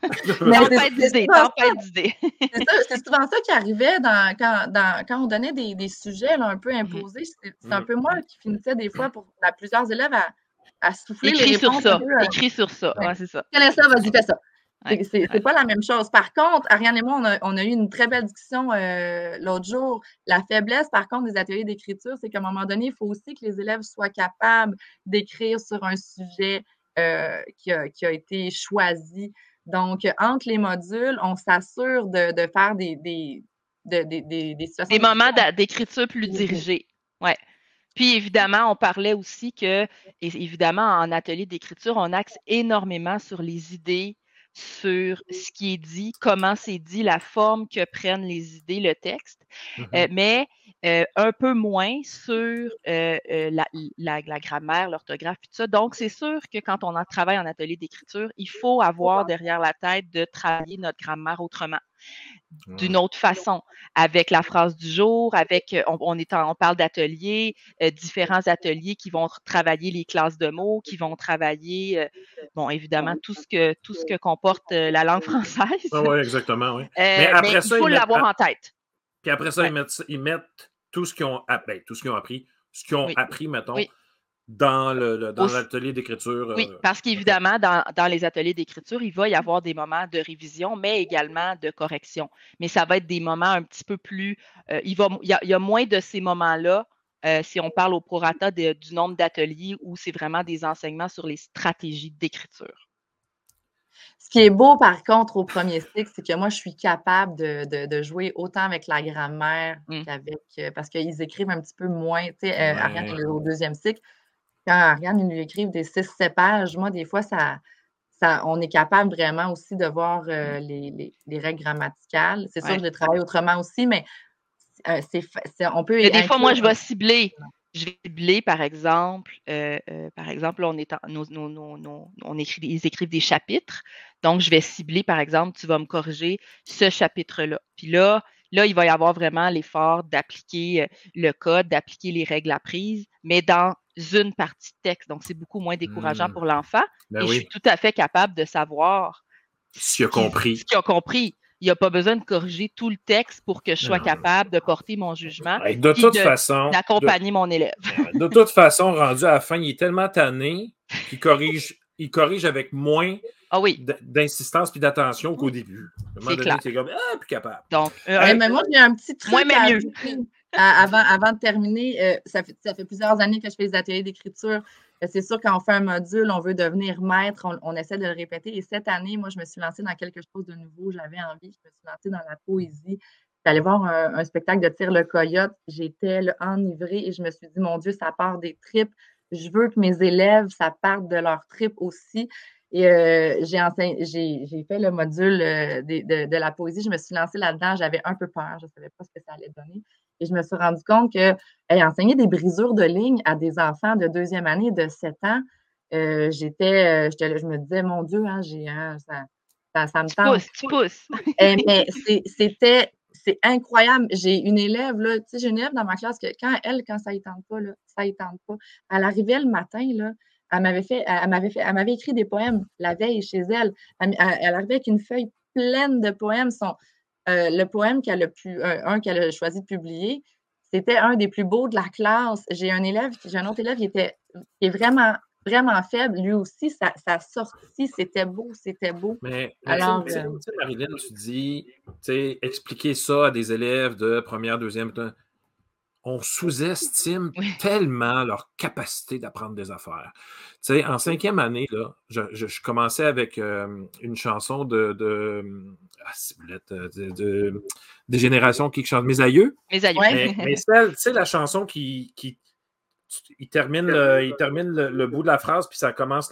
Tempête d'idées. C'est souvent ça qui arrivait quand on donnait des sujets là, un peu imposés. C'est un peu moi qui finissais des fois pour plusieurs élèves à souffler les réponses. Écris sur ça. Ouais, c'est ça. Quel est ça? Vas-y, fais ça. C'est pas la même chose. Par contre, Ariane et moi, on a eu une très belle discussion l'autre jour. La faiblesse, par contre, des ateliers d'écriture, c'est qu'à un moment donné, il faut aussi que les élèves soient capables d'écrire sur un sujet qui a été choisi. Donc, entre les modules, on s'assure de faire des situations... Des moments d'écriture plus dirigés. Oui. Puis, évidemment, on parlait aussi que, évidemment, en atelier d'écriture, on axe énormément sur les idées, sur ce qui est dit, comment c'est dit, la forme que prennent les idées, le texte, mais un peu moins sur la grammaire, l'orthographe, tout ça. Donc, c'est sûr que quand on travaille en atelier d'écriture, il faut avoir derrière la tête de travailler notre grammaire autrement, d'une autre façon, avec la phrase du jour, avec on parle d'ateliers, différents ateliers qui vont travailler les classes de mots, qui vont travailler, bon, évidemment, tout ce que comporte la langue française. Oui, exactement, oui. Mais après ça, il faut l'avoir en tête. Puis après ça, ils mettent tout ce qu'ils ont appris, mettons, dans l'atelier d'écriture. Oui, parce qu'évidemment, dans les ateliers d'écriture, il va y avoir des moments de révision, mais également de correction. Mais ça va être des moments un petit peu plus... il y a moins de ces moments-là, si on parle au prorata du nombre d'ateliers, où c'est vraiment des enseignements sur les stratégies d'écriture. Ce qui est beau, par contre, au premier cycle, c'est que moi, je suis capable de jouer autant avec la grammaire qu'avec... parce qu'ils écrivent un petit peu moins. Tu sais, Ariane, il est au deuxième cycle. Quand Ariane, ils lui écrivent des 6-7 pages, moi, des fois, on est capable vraiment aussi de voir les règles grammaticales. C'est sûr que je les travaille autrement aussi, mais on peut... Mais des fois, moi, je vais cibler. Je vais cibler, par exemple, ils écrivent des chapitres. Donc, je vais cibler, par exemple, tu vas me corriger ce chapitre-là. Puis là, il va y avoir vraiment l'effort d'appliquer le code, d'appliquer les règles apprises, mais dans une partie de texte. Donc, c'est beaucoup moins décourageant pour l'enfant. Je suis tout à fait capable de savoir ce qu'il a compris. il n'y a pas besoin de corriger tout le texte pour que je sois capable de porter mon jugement et de toute façon, d'accompagner mon élève. De toute façon, rendu à la fin, il est tellement tanné qu'il corrige avec moins d'insistance et d'attention qu'au début. À un moment donné, c'est comme plus capable. Donc, mais moi, j'ai un petit truc moins, mais mieux. Avant de terminer, ça fait plusieurs années que je fais des ateliers d'écriture. C'est sûr, quand on fait un module, on veut devenir maître, on essaie de le répéter. Et cette année, moi, je me suis lancée dans quelque chose de nouveau. J'avais envie, je me suis lancée dans la poésie. J'allais voir un spectacle de Tire le Coyote. J'étais enivrée et je me suis dit, mon Dieu, ça part des tripes. Je veux que mes élèves, ça parte de leurs tripes aussi. Et j'ai fait le module de la poésie. Je me suis lancée là-dedans. J'avais un peu peur. Je ne savais pas ce que ça allait donner. Et je me suis rendu compte que enseigner des brisures de lignes à des enfants de 2e année, de 7 ans, je me disais, mon Dieu, ça me tente. Tu pousses. Mais c'est incroyable. J'ai une élève, là, tu sais, j'ai une élève dans ma classe que quand ça ne tente pas, là, ça ne tente pas. Elle arrivait le matin, là, elle m'avait écrit des poèmes la veille chez elle. Elle arrivait avec une feuille pleine de poèmes. Le poème qu'elle a choisi de publier, c'était un des plus beaux de la classe. J'ai un autre élève qui est vraiment, vraiment faible. Lui aussi, sa sortie, c'était beau. Mais alors, tu sais, Marilyn, tu dis, expliquer ça à des élèves de 1e, 2e, on sous-estime tellement leur capacité d'apprendre des affaires. Tu sais, en 5e année, là, je commençais avec une chanson des générations qui chantent Mes aïeux. Mes aïeux. Mais celle, tu sais, la chanson il termine le bout de la phrase, puis ça commence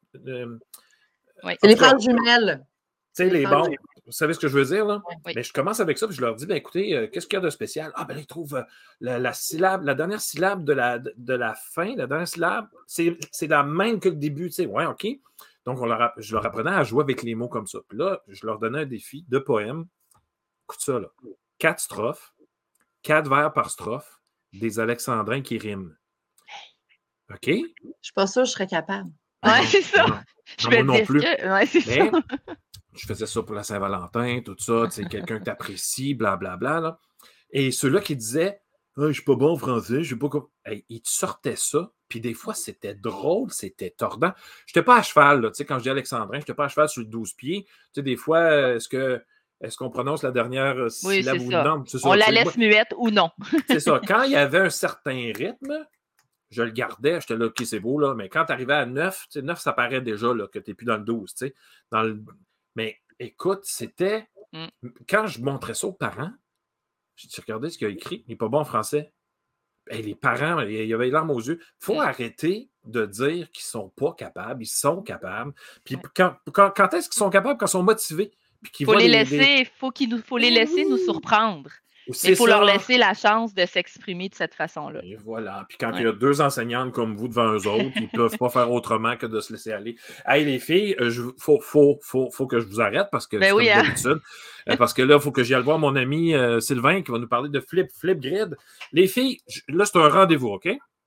c'est les phrases jumelles. Tu sais, vous savez ce que je veux dire, là? Oui. Mais je commence avec ça, puis je leur dis, écoutez, qu'est-ce qu'il y a de spécial? Ah, ils trouvent la dernière syllabe de la fin, la dernière syllabe, c'est la même que le début, tu sais. Ouais, OK. Donc, je leur apprenais à jouer avec les mots comme ça. Puis là, je leur donnais un défi de poème. Écoute ça, là. 4 strophes, 4 vers par strophe, des alexandrins qui riment. OK? Je ne suis pas sûre que je serais capable. Oui, c'est ça. Moi non plus. Ouais, c'est ça. Je faisais ça pour la Saint-Valentin, tout ça, tu sais, quelqu'un que tu apprécies, blablabla. Là. Et ceux-là qui disaient je ne suis pas bon en français, je ne sais pas comment. Hey, ils te sortaient ça, puis des fois, c'était drôle, c'était tordant. Je n'étais pas à cheval, là, tu sais, quand je dis alexandrin, je n'étais pas à cheval sur le 12 pieds. Tu sais, des fois, est-ce qu'on prononce la dernière syllabe ou non? On la laisse muette ou non. C'est ça. Quand il y avait un certain rythme, je le gardais, j'étais là, OK, c'est beau, là, mais quand tu arrivais à 9, 9, ça paraît déjà là, que tu n'es plus dans le 12, tu sais. Mais écoute, c'était... Quand je montrais ça aux parents, j'ai regardé ce qu'il a écrit, il n'est pas bon en français. Hey, les parents, il y avait les larmes aux yeux. Il faut arrêter de dire qu'ils ne sont pas capables. Ils sont capables. Puis quand est-ce qu'ils sont capables? Quand ils sont motivés. Il faut les laisser nous surprendre. Mais il faut leur laisser la chance de s'exprimer de cette façon-là. Et voilà. Puis quand il y a 2 enseignantes comme vous devant eux autres, ils ne peuvent pas faire autrement que de se laisser aller. Hey, les filles, faut que je vous arrête parce que c'est comme d'habitude. Parce que là, il faut que j'y aille voir mon ami Sylvain qui va nous parler de Flipgrid. Les filles, là, c'est un rendez-vous, OK?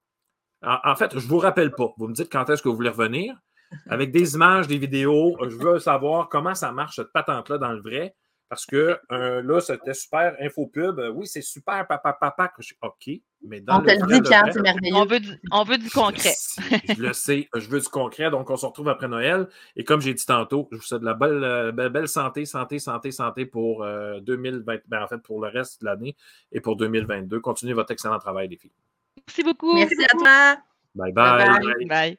En fait, je ne vous rappelle pas. Vous me dites quand est-ce que vous voulez revenir. Avec des images, des vidéos, je veux savoir comment ça marche, cette patente-là, dans le vrai. Parce que là, c'était super infopub. Oui, c'est super, papa. OK, mais dans on te le dit, Pierre, c'est merveilleux. On veut du concret. Je le sais, je veux du concret. Donc, on se retrouve après Noël. Et comme j'ai dit tantôt, je vous souhaite de la belle santé pour 2020, en fait, pour le reste de l'année et pour 2022. Continuez votre excellent travail, les filles. Merci beaucoup. Merci à toi. Bye bye. Bye.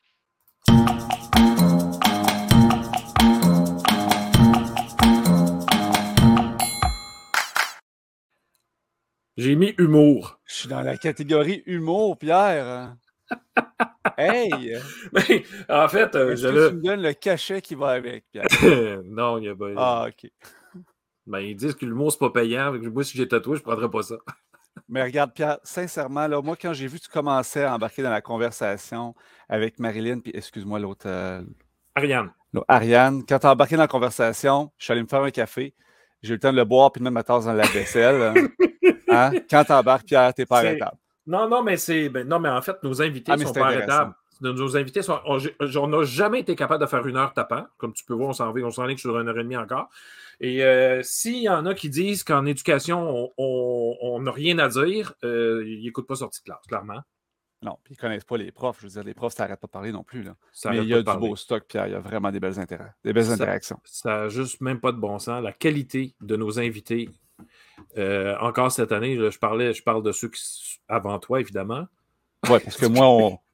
J'ai mis humour. Je suis dans la catégorie humour, Pierre. Hey! Mais, en fait, tu me donnes le cachet qui va avec, Pierre? Non, il n'y a pas... Ah, OK. Ben, ils disent que l'humour, c'est pas payant. Moi, si j'ai tatoué, je ne prendrais pas ça. Mais regarde, Pierre, sincèrement, là, moi, quand j'ai vu que tu commençais à embarquer dans la conversation avec Marilyn, puis excuse-moi, l'autre... Ariane. Ariane, quand tu as embarqué dans la conversation, je suis allé me faire un café. J'ai eu le temps de le boire puis de mettre ma tasse dans la vaisselle. Hein? Quand tu embarques, Pierre, tu n'es pas arrêtable. Non, mais en fait, nos invités sont pas arrêtables. Nos invités on n'a jamais été capable de faire 1 heure tapant. Comme tu peux voir, on s'enligne sur 1h30 encore. Et s'il y en a qui disent qu'en éducation, on n'a rien à dire, ils n'écoutent pas Sortie de classe, clairement. Non, puis ils ne connaissent pas les profs. Je veux dire, les profs, ça n'arrête pas de parler non plus. Là. Ça Mais arrête il y pas a de du parler. beau stock, Pierre. Il y a vraiment des belles interactions. Ça n'a juste même pas de bon sens. La qualité de nos invités, encore cette année, là, je parle de ceux qui, avant toi, évidemment. Oui, parce que moi,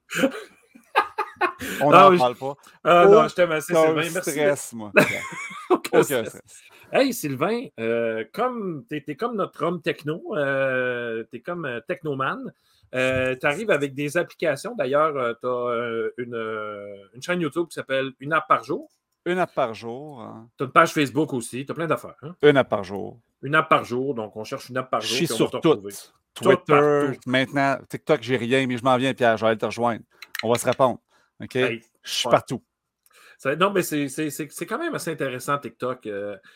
on Ah, n'en parle pas. Ah non, je t'aime assez, Aucun Sylvain. Merci. stress, moi. Aucun Aucun stress. stress. Hey, Sylvain, t'es comme notre homme techno, t'es comme Technoman. Tu arrives avec des applications. D'ailleurs, tu as une chaîne YouTube qui s'appelle Une app par jour. Une app par jour. Hein. Tu as une page Facebook aussi. Tu as plein d'affaires. Hein? Une app par jour. Une app par jour. Donc, on cherche une app par Je jour. suis puis on sur va te tout. retrouver. Twitter, partout. maintenant, TikTok, j'ai rien, mais je m'en viens, Pierre. Je vais aller te rejoindre. On va se répondre. OK? Hey, je suis ouais. partout. Non, mais c'est quand même assez intéressant, TikTok.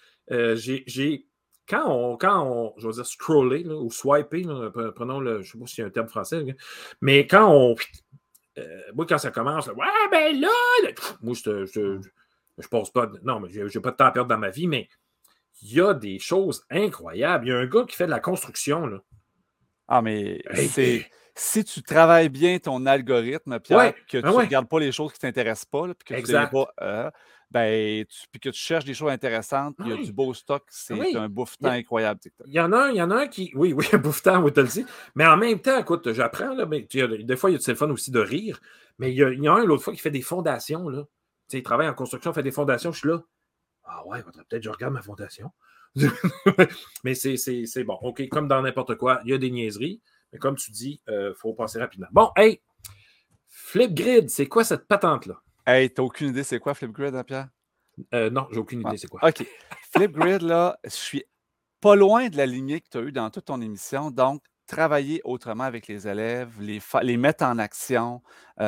Quand on, je veux dire, scroller là, ou swiper, là, prenons le, je ne sais pas s'il y a un terme français, là, mais quand moi, quand ça commence, là, ouais, ben là, moi, je pense pas, non, mais j'ai pas de temps à perdre dans ma vie, mais il y a des choses incroyables. Il y a un gars qui fait de la construction, là. Ah, mais si tu travailles bien ton algorithme, Pierre, que tu ne regardes pas les choses qui ne t'intéressent pas, là, puis que tu ne pas, puis que tu cherches des choses intéressantes, il y a du beau stock, c'est un bouffetant incroyable, TikTok. Il y en a un qui. Oui, un bouffetant, oui, tu le dis. Mais en même temps, écoute, j'apprends, là, mais des fois, il y a du téléphone aussi de rire. Mais il y a un l'autre fois qui fait des fondations, là. Tu sais, il travaille en construction, fait des fondations, je suis là. Ah ouais, peut-être je regarde ma fondation. Mais c'est bon. OK, comme dans n'importe quoi, il y a des niaiseries. Mais comme tu dis, il faut passer rapidement. Bon, hey, Flipgrid, c'est quoi cette patente-là? Hey, t'as aucune idée c'est quoi Flipgrid, hein, Pierre? Non, j'ai aucune idée c'est quoi. OK. Flipgrid, là, je suis pas loin de la lignée que tu as eue dans toute ton émission. Donc, travailler autrement avec les élèves, les mettre en action,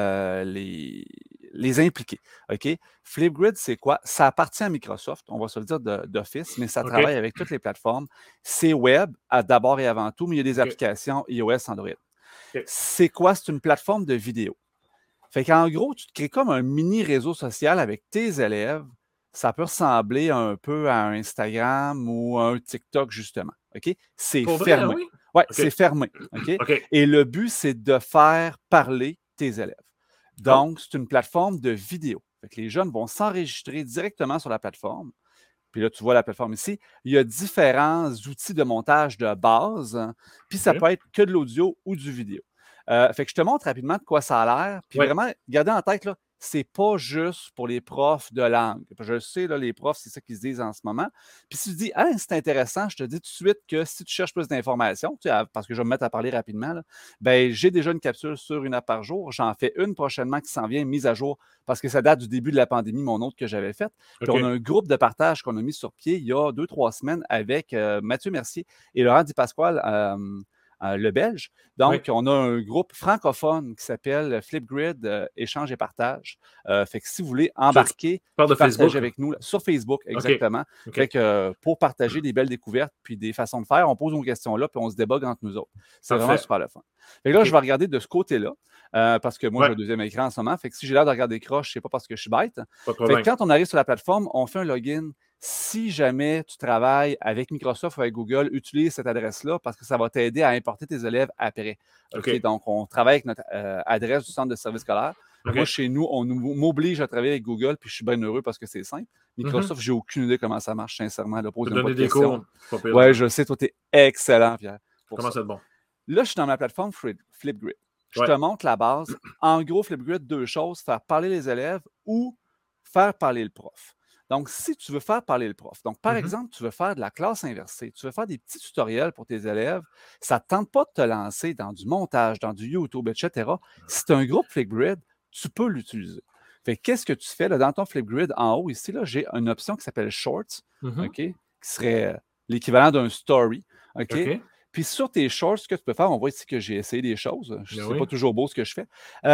les impliquer. OK? Flipgrid, c'est quoi? Ça appartient à Microsoft, on va se le dire d'office, mais ça travaille avec toutes les plateformes. C'est web, d'abord et avant tout, mais il y a des applications iOS, Android. C'est quoi? C'est une plateforme de vidéo. Fait qu'en gros, tu te crées comme un mini réseau social avec tes élèves. Ça peut ressembler un peu à un Instagram ou à un TikTok, justement. OK? C'est fermé. Oui, c'est fermé. OK? Et le but, c'est de faire parler tes élèves. Donc, c'est une plateforme de vidéo. Fait que les jeunes vont s'enregistrer directement sur la plateforme. Puis là, tu vois la plateforme ici. Il y a différents outils de montage de base. Puis ça peut être que de l'audio ou du vidéo. Fait que je te montre rapidement de quoi ça a l'air. Puis vraiment, gardez en tête, là, c'est pas juste pour les profs de langue. Je sais, là, les profs, c'est ça qu'ils se disent en ce moment. Puis si tu dis, ah, c'est intéressant, je te dis tout de suite que si tu cherches plus d'informations, parce que je vais me mettre à parler rapidement, là, ben, j'ai déjà une capsule sur une app par jour. J'en fais une prochainement qui s'en vient, mise à jour, parce que ça date du début de la pandémie, mon autre que j'avais faite. Puis on a un groupe de partage qu'on a mis sur pied il y a 2-3 semaines avec Mathieu Mercier et Laurent Di Pasquale. Le Belge. Donc, on a un groupe francophone qui s'appelle Flipgrid Échange et Partage. Fait que si vous voulez embarquer, partager avec nous sur Facebook, exactement. Fait que pour partager des belles découvertes puis des façons de faire, on pose nos questions là puis on se débogue entre nous autres. C'est vraiment super le fun. Fait que là, je vais regarder de ce côté-là. Parce que moi, j'ai un deuxième écran en ce moment. Fait que si j'ai l'air de regarder croche, c'est pas parce que je suis bête. Fait que quand on arrive sur la plateforme, on fait un login. Si jamais tu travailles avec Microsoft ou avec Google, utilise cette adresse-là parce que ça va t'aider à importer tes élèves après. Donc, on travaille avec notre adresse du centre de service scolaire. Moi, chez nous, on m'oblige à travailler avec Google, puis je suis bien heureux parce que c'est simple. Microsoft, j'ai aucune idée comment ça marche, sincèrement. Donner des cours. Oui, je sais, toi, tu es excellent, Pierre. Comment c'est bon? Là, je suis dans ma plateforme Flipgrid. Je te montre la base. En gros, Flipgrid, 2 choses, faire parler les élèves ou faire parler le prof. Donc, si tu veux faire parler le prof, donc par exemple, tu veux faire de la classe inversée, tu veux faire des petits tutoriels pour tes élèves, ça ne te tente pas de te lancer dans du montage, dans du YouTube, etc. Si tu as un groupe Flipgrid, tu peux l'utiliser. Fait qu'est-ce que tu fais là, dans ton Flipgrid? En haut, ici, là, j'ai une option qui s'appelle Shorts, qui serait l'équivalent d'un story. Puis sur tes shorts, ce que tu peux faire, on voit ici que j'ai essayé des choses. Ce n'est pas toujours beau ce que je fais.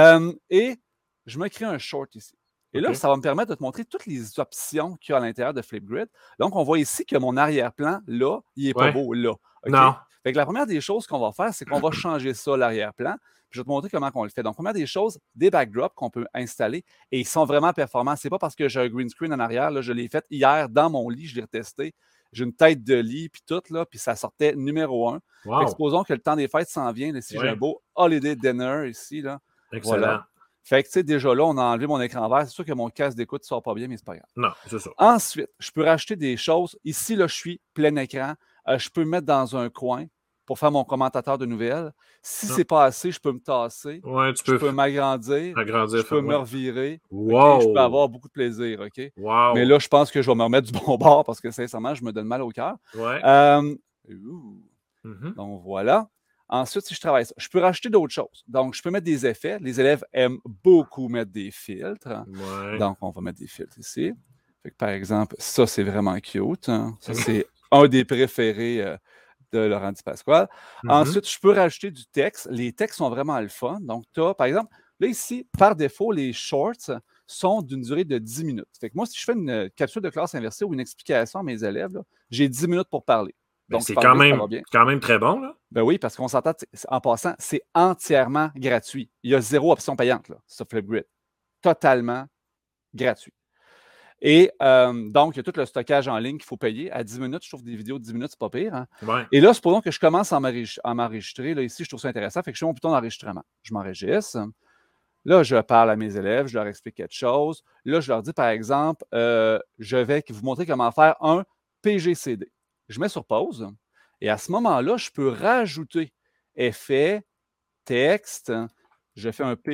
Et je me crée un short ici. Et là, ça va me permettre de te montrer toutes les options qu'il y a à l'intérieur de Flipgrid. Donc, on voit ici que mon arrière-plan, là, il n'est pas beau, là. Non. Fait que la première des choses qu'on va faire, c'est qu'on va changer ça, l'arrière-plan. Puis je vais te montrer comment on le fait. Donc, première des choses, des backdrops qu'on peut installer. Et ils sont vraiment performants. Ce n'est pas parce que j'ai un green screen en arrière. Là, je l'ai fait hier dans mon lit, je l'ai retesté. j'ai une tête de lit, puis tout, là, puis ça sortait numéro 1. Wow. Fait que supposons que le temps des fêtes s'en vient. Là, si j'ai un beau holiday dinner ici, là. Excellent. Voilà. Fait que, tu sais, déjà là, on a enlevé mon écran vert. C'est sûr que mon casque d'écoute ne sort pas bien, mais c'est pas grave. Non, c'est ça. Ensuite, je peux rajouter des choses. Ici, là, je suis plein écran. Je peux me mettre dans un coin pour faire mon commentateur de nouvelles. Si c'est pas assez, je peux me tasser. Ouais, je peux m'agrandir. Je peux me revirer. Wow. Okay? Je peux avoir beaucoup de plaisir. OK? Wow. Mais là, je pense que je vais me remettre du bon bord parce que, sincèrement, je me donne mal au cœur. Ouais. Donc, voilà. Ensuite, si je travaille ça, je peux rajouter d'autres choses. Donc, je peux mettre des effets. Les élèves aiment beaucoup mettre des filtres. Ouais. Donc, on va mettre des filtres ici. Fait que, par exemple, ça, c'est vraiment cute. Hein? Ça, c'est un des préférés de Laurent Di Pasquale. Ensuite, je peux rajouter du texte. Les textes sont vraiment le fun. Donc, tu as, par exemple, là, ici, par défaut, les shorts sont d'une durée de 10 minutes. Fait que moi, si je fais une capsule de classe inversée ou une explication à mes élèves, j'ai 10 minutes pour parler. Donc, c'est quand même très bon, là. Ben oui, parce qu'on s'entend, en passant, c'est entièrement gratuit. Il y a 0 option payante, là, sur Flipgrid. Totalement gratuit. Et donc, il y a tout le stockage en ligne qu'il faut payer. À 10 minutes, je trouve des vidéos de 10 minutes, c'est pas pire. Hein? Ouais. Et là, supposons que je commence à m'enregistrer. Là, ici, je trouve ça intéressant. Fait que je fais mon bouton d'enregistrement. Je m'enregistre. Là, je parle à mes élèves, je leur explique quelque chose. Là, je leur dis, par exemple, je vais vous montrer comment faire un PGCD. Je mets sur pause et à ce moment-là, je peux rajouter effet, texte. Je fais un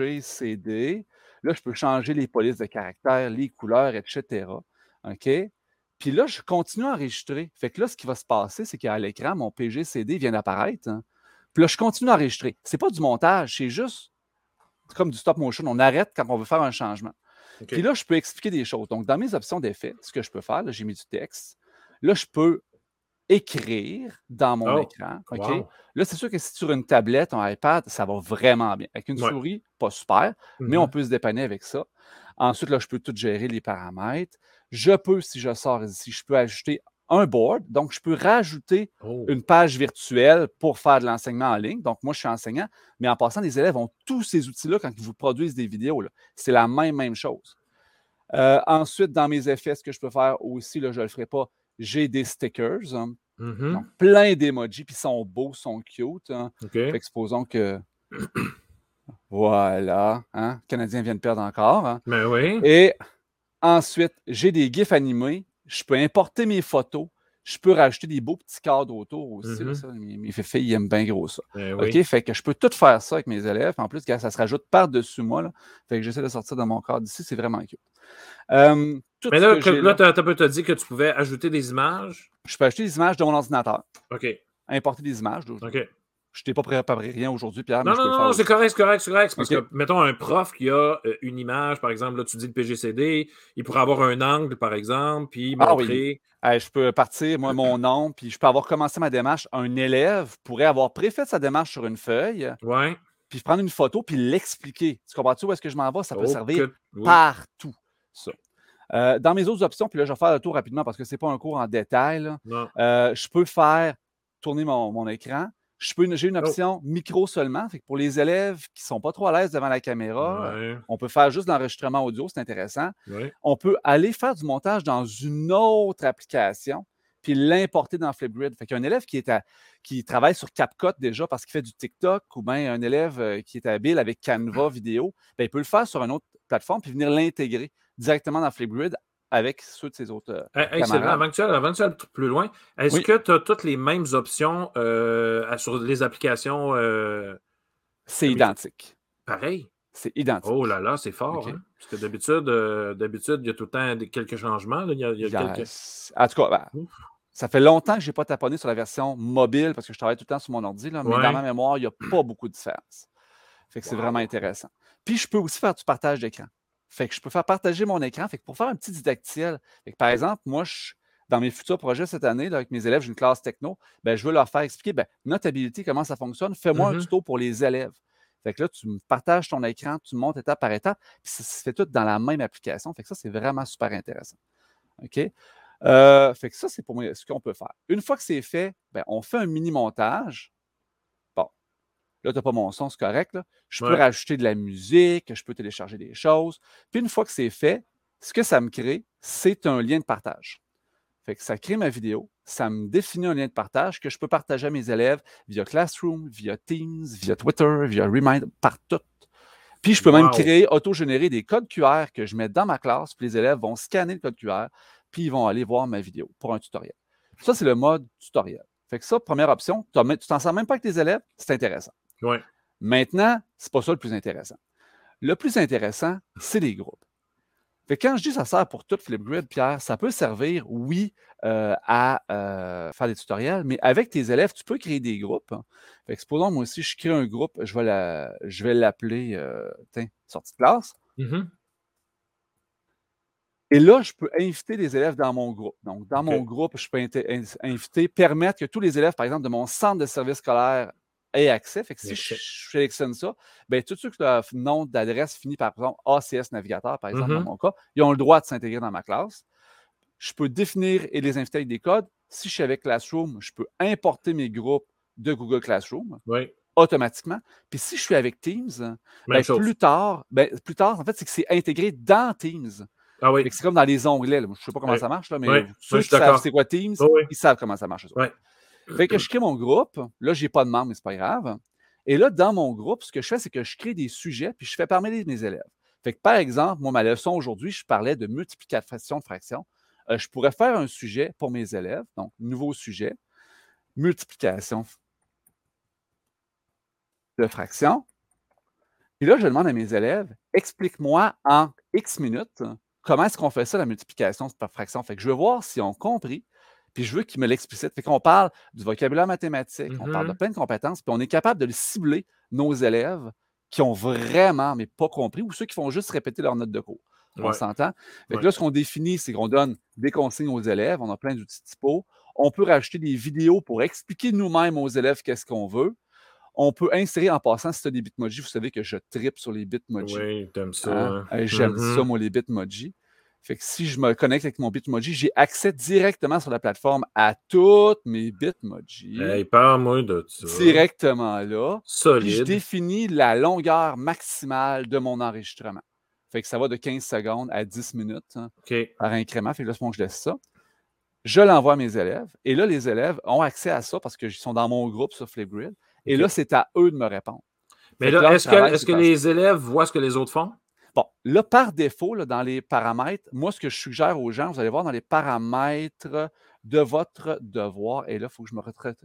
PGCD. Là, je peux changer les polices de caractères, les couleurs, etc. OK? Puis là, je continue à enregistrer. Fait que là, ce qui va se passer, c'est qu'à l'écran, mon PGCD vient d'apparaître. Hein. Puis là, je continue à enregistrer. C'est pas du montage, c'est juste comme du stop motion. On arrête quand on veut faire un changement. Okay. Puis là, je peux expliquer des choses. Donc, dans mes options d'effets, ce que je peux faire, là, j'ai mis du texte. Là, je peux écrire dans mon écran. OK? Wow. Là, c'est sûr que si sur une tablette, un iPad, ça va vraiment bien. Avec une souris, pas super, mais on peut se dépanner avec ça. Ensuite, là, je peux tout gérer les paramètres. Je peux, si je sors ici, je peux ajouter un board. Donc, je peux rajouter une page virtuelle pour faire de l'enseignement en ligne. Donc, moi, je suis enseignant, mais en passant, les élèves ont tous ces outils-là quand ils vous produisent des vidéos. C'est la même chose. Ensuite, dans mes effets, ce que je peux faire aussi, là, je ne le ferai pas, j'ai des stickers. Donc, plein d'emojis, puis ils sont beaux, sont cute. Hein. Fait que supposons que... Voilà. Hein? Les Canadiens viennent perdre encore. Hein? Ben oui. Et ensuite, j'ai des GIFs animés. Je peux importer mes photos. Je peux rajouter des beaux petits cadres autour aussi. Là, ça. Mes filles aiment bien gros ça. OK? Fait que je peux tout faire ça avec mes élèves. En plus, ça se rajoute par-dessus moi. Là. Fait que j'essaie de sortir de mon cadre d'ici. C'est vraiment cute. Mais là, tu as dit que tu pouvais ajouter des images. Je peux ajouter des images de mon ordinateur. OK. Importer des images. OK. Je t'ai pas préparé rien aujourd'hui, Pierre. Non, c'est correct. Parce que, mettons, un prof qui a une image, par exemple, là, tu dis le PGCD, il pourrait avoir un angle, par exemple, puis montrer... Oui. Je peux partir, moi, mon nom, puis je peux avoir commencé ma démarche. Un élève pourrait avoir préfait sa démarche sur une feuille, puis prendre une photo, puis l'expliquer. Tu comprends-tu où est-ce que je m'en vais? Ça peut servir partout, ça. Dans mes autres options, puis là, je vais faire le tour rapidement parce que ce n'est pas un cours en détail. Je peux faire tourner mon écran. J'ai une option micro seulement. Fait que pour les élèves qui ne sont pas trop à l'aise devant la caméra, on peut faire juste l'enregistrement audio, c'est intéressant. On peut aller faire du montage dans une autre application puis l'importer dans Flipgrid. Fait qu'un élève qui travaille sur CapCut déjà parce qu'il fait du TikTok ou bien un élève qui est habile avec Canva vidéo, il peut le faire sur une autre plateforme puis venir l'intégrer directement dans Flipgrid avec ceux de ses autres Sylvain, avant que tu ailles plus loin, est-ce que tu as toutes les mêmes options sur les applications? C'est identique. Pareil? C'est identique. Oh là là, c'est fort. Hein? Parce que d'habitude, il y a tout le temps quelques changements. Là. Il y a quelques... En tout cas, ça fait longtemps que je n'ai pas taponné sur la version mobile parce que je travaille tout le temps sur mon ordi, là, mais dans ma mémoire, il n'y a pas beaucoup de différence. Fait que c'est vraiment intéressant. Puis, je peux aussi faire du partage d'écran. Fait que je peux faire partager mon écran. Fait que pour faire un petit didacticiel, fait que par exemple, moi, dans mes futurs projets cette année, là, avec mes élèves, j'ai une classe techno, je veux leur faire expliquer Notability, comment ça fonctionne. Fais-moi un tuto pour les élèves. Fait que là, tu me partages ton écran, tu montes étape par étape, puis ça se fait tout dans la même application. Fait que ça, c'est vraiment super intéressant. OK? Fait que ça, c'est pour moi ce qu'on peut faire. Une fois que c'est fait, on fait un mini-montage. Bon, là, tu n'as pas mon son, c'est correct. Là. Je peux rajouter de la musique, je peux télécharger des choses. Puis une fois que c'est fait, ce que ça me crée, c'est un lien de partage. Fait que ça crée ma vidéo, ça me définit un lien de partage que je peux partager à mes élèves via Classroom, via Teams, via Twitter, via Remind, partout. Puis je peux même créer, auto-générer des codes QR que je mets dans ma classe, puis les élèves vont scanner le code QR, puis ils vont aller voir ma vidéo pour un tutoriel. Ça, c'est le mode tutoriel. Fait que ça, première option, tu t'en sers même pas avec tes élèves, c'est intéressant. Ouais. Maintenant, c'est pas ça le plus intéressant. Le plus intéressant, c'est les groupes. Fait que quand je dis que ça sert pour tout Flipgrid, Pierre, ça peut servir, oui, à faire des tutoriels, mais avec tes élèves, tu peux créer des groupes. Fait que supposons, moi aussi, je crée un groupe, je vais l'appeler, sortie de classe. Mm-hmm. Et là, je peux inviter des élèves dans mon groupe. Donc, dans mon groupe, je peux inviter, permettre que tous les élèves, par exemple, de mon centre de service scolaire aient accès. Fait que si je sélectionne ça, bien, tous ceux que le nom d'adresse finit par exemple, ACS Navigateur, par exemple, dans mon cas, ils ont le droit de s'intégrer dans ma classe. Je peux définir et les inviter avec des codes. Si je suis avec Classroom, je peux importer mes groupes de Google Classroom automatiquement. Puis si je suis avec Teams, plus tard, en fait, c'est que c'est intégré dans Teams. Ah oui. C'est comme dans les onglets. Là. Je ne sais pas comment ça marche, là, mais ceux qui savent c'est quoi Teams, ils savent comment ça marche. Fait que je crée mon groupe. Là, je n'ai pas de membre, mais ce n'est pas grave. Et là, dans mon groupe, ce que je fais, c'est que je crée des sujets puis je fais parler mes élèves. Fait que, par exemple, moi, ma leçon aujourd'hui, je parlais de multiplication de fractions. Je pourrais faire un sujet pour mes élèves. Donc, nouveau sujet, multiplication de fractions. Puis là, je demande à mes élèves, explique-moi en X minutes comment est-ce qu'on fait ça, la multiplication par fraction. Fait que je veux voir s'ils ont compris, puis je veux qu'ils me l'explicitent. Fait qu'on parle du vocabulaire mathématique, on parle de plein de compétences, puis on est capable de le cibler, nos élèves qui ont vraiment, mais pas compris, ou ceux qui font juste répéter leur note de cours. On s'entend? Fait que là, ce qu'on définit, c'est qu'on donne des consignes aux élèves, on a plein d'outils typos. On peut rajouter des vidéos pour expliquer nous-mêmes aux élèves qu'est-ce qu'on veut. On peut insérer en passant, si tu as des Bitmoji, vous savez que je tripe sur les Bitmoji. Oui, t'aimes ça. Hein? J'aime ça, moi, les Bitmoji. Fait que si je me connecte avec mon Bitmoji, j'ai accès directement sur la plateforme à toutes mes Bitmoji. Hey, parle-moi de ça. Directement là. Solide. Puis je définis la longueur maximale de mon enregistrement. Fait que ça va de 15 secondes à 10 minutes par incrément. Fait que là, c'est bon que je laisse ça. Je l'envoie à mes élèves. Et là, les élèves ont accès à ça parce qu'ils sont dans mon groupe sur Flipgrid. Et là, c'est à eux de me répondre. Mais là, est-ce que les élèves voient ce que les autres font? Bon, là, par défaut, là, dans les paramètres, moi, ce que je suggère aux gens, vous allez voir dans les paramètres de votre devoir, et là, il faut que je me retraite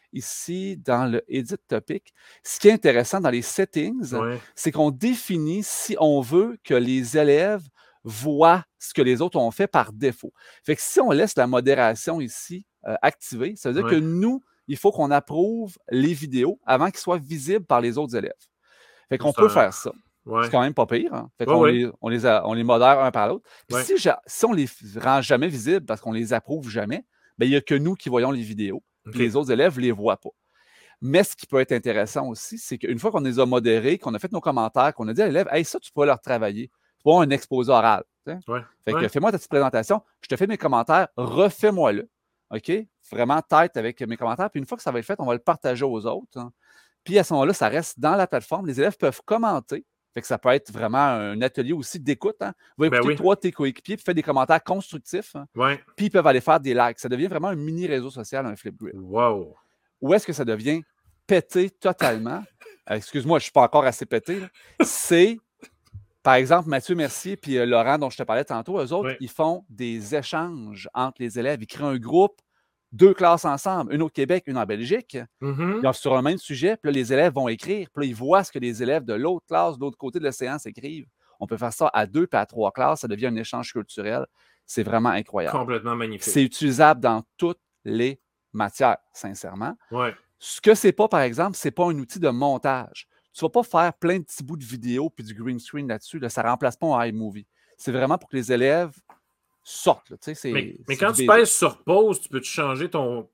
ici dans le Edit Topic. Ce qui est intéressant dans les settings, c'est qu'on définit si on veut que les élèves voient ce que les autres ont fait par défaut. Fait que si on laisse la modération ici activée, ça veut dire que nous, il faut qu'on approuve les vidéos avant qu'ils soient visibles par les autres élèves. Fait qu'on peut faire ça. C'est quand même pas pire. Hein? Fait qu'on on les modère un par l'autre. Puis si on les rend jamais visibles parce qu'on les approuve jamais, bien, il n'y a que nous qui voyons les vidéos. Les autres élèves ne les voient pas. Mais ce qui peut être intéressant aussi, c'est qu'une fois qu'on les a modérés, qu'on a fait nos commentaires, qu'on a dit à l'élève, hey, ça, tu peux leur travailler. Tu peux avoir un exposé oral. Fait que fais-moi ta petite présentation, je te fais mes commentaires, refais-moi-le. OK? Vraiment tête avec mes commentaires. Puis une fois que ça va être fait, on va le partager aux autres. Hein. Puis à ce moment-là, ça reste dans la plateforme. Les élèves peuvent commenter. Fait que ça peut être vraiment un atelier aussi d'écoute. Hein. Va écouter 3 de tes coéquipiers puis faire des commentaires constructifs. Hein. Puis ils peuvent aller faire des likes. Ça devient vraiment un mini réseau social, un Flipgrid. Wow! Où est-ce que ça devient pété totalement? Excuse-moi, je ne suis pas encore assez pété. C'est, par exemple, Mathieu Mercier puis Laurent, dont je te parlais tantôt, eux autres, ils font des échanges entre les élèves. Ils créent un groupe, 2 classes ensemble, une au Québec, une en Belgique. Ils ont sur un même sujet, puis là, les élèves vont écrire, puis là, ils voient ce que les élèves de l'autre classe, de l'autre côté de l'océan s'écrivent. On peut faire ça à 2 puis à 3 classes, ça devient un échange culturel. C'est vraiment incroyable. Complètement magnifique. C'est utilisable dans toutes les matières, sincèrement. Ce que c'est pas, par exemple, c'est pas un outil de montage. Tu ne vas pas faire plein de petits bouts de vidéo puis du green screen là-dessus. Là, ça ne remplace pas un iMovie. C'est vraiment pour que les élèves sortent. Là, mais quand tu pèses sur pause, tu peux changer ton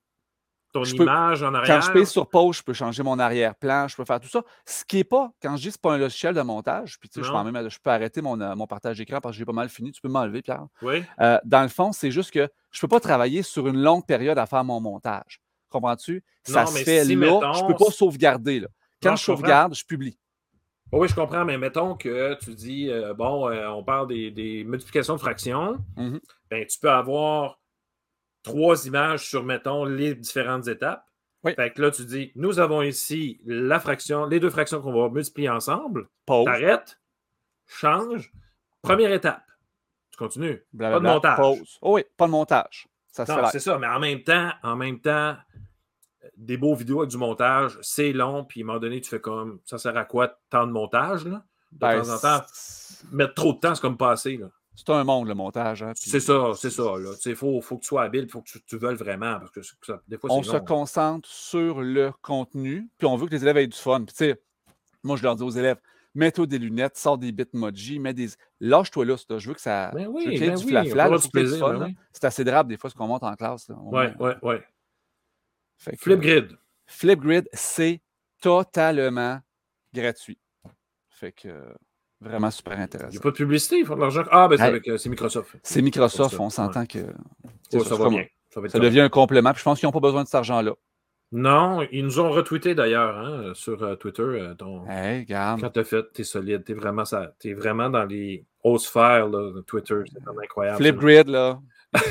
image en arrière? Quand je pèse sur pause, je peux changer mon arrière-plan, je peux faire tout ça. Ce qui n'est pas, quand je dis que ce n'est pas un logiciel de montage, puis je peux arrêter mon partage d'écran parce que j'ai pas mal fini. Tu peux m'enlever, Pierre. Dans le fond, c'est juste que je ne peux pas travailler sur une longue période à faire mon montage. Comprends-tu? Ça se fait là. Mettons, je ne peux pas sauvegarder. Là. Quand je sauvegarde, je publie. Oui, je comprends, mais mettons que tu dis, on parle des multiplications de fractions, ben, tu peux avoir 3 images sur, mettons, les différentes étapes. Oui. Fait que là, tu dis, nous avons ici la fraction, les 2 fractions qu'on va multiplier ensemble. Pause. T'arrêtes, change, première étape. Tu continues. Blablabla, pas de montage. Pause. Oh oui, pas de montage. Ça se fait Non, live. c'est ça, mais en même temps, des beaux vidéos avec du montage, c'est long, puis à un moment donné, tu fais comme, ça sert à quoi tant de montage, là? De temps en temps, mettre trop de temps, c'est comme passer, là. C'est un monde, le montage. Hein, c'est ça, là. Il faut que tu sois habile, il faut que tu veuilles vraiment, parce que des fois, c'est on long. se concentre sur le contenu, puis on veut que les élèves aient du fun. Puis tu sais, moi, je leur dis aux élèves, mets-toi des lunettes, sors des bitmojis, lâche-toi là, je veux que ça... Ben oui, je veux qu'il y ait du oui, flafla, on va du plaisir, fun. ben oui. C'est assez drable, des fois, ce qu'on monte en classe. Oui. Fait que, Flipgrid. Flipgrid, c'est totalement gratuit. Fait que... Vraiment super intéressant. Il n'y a pas de publicité, ils font de l'argent. Ah, ben c'est Microsoft. C'est Microsoft, on s'entend que... ça va bien. Ça devient un complément, puis je pense qu'ils n'ont pas besoin de cet argent-là. Non, ils nous ont retweeté d'ailleurs hein, sur Twitter. Hey, regarde. Quand tu as fait, tu es solide. Tu es vraiment dans les hautes sphères de Twitter. C'est vraiment incroyable. Flipgrid, là.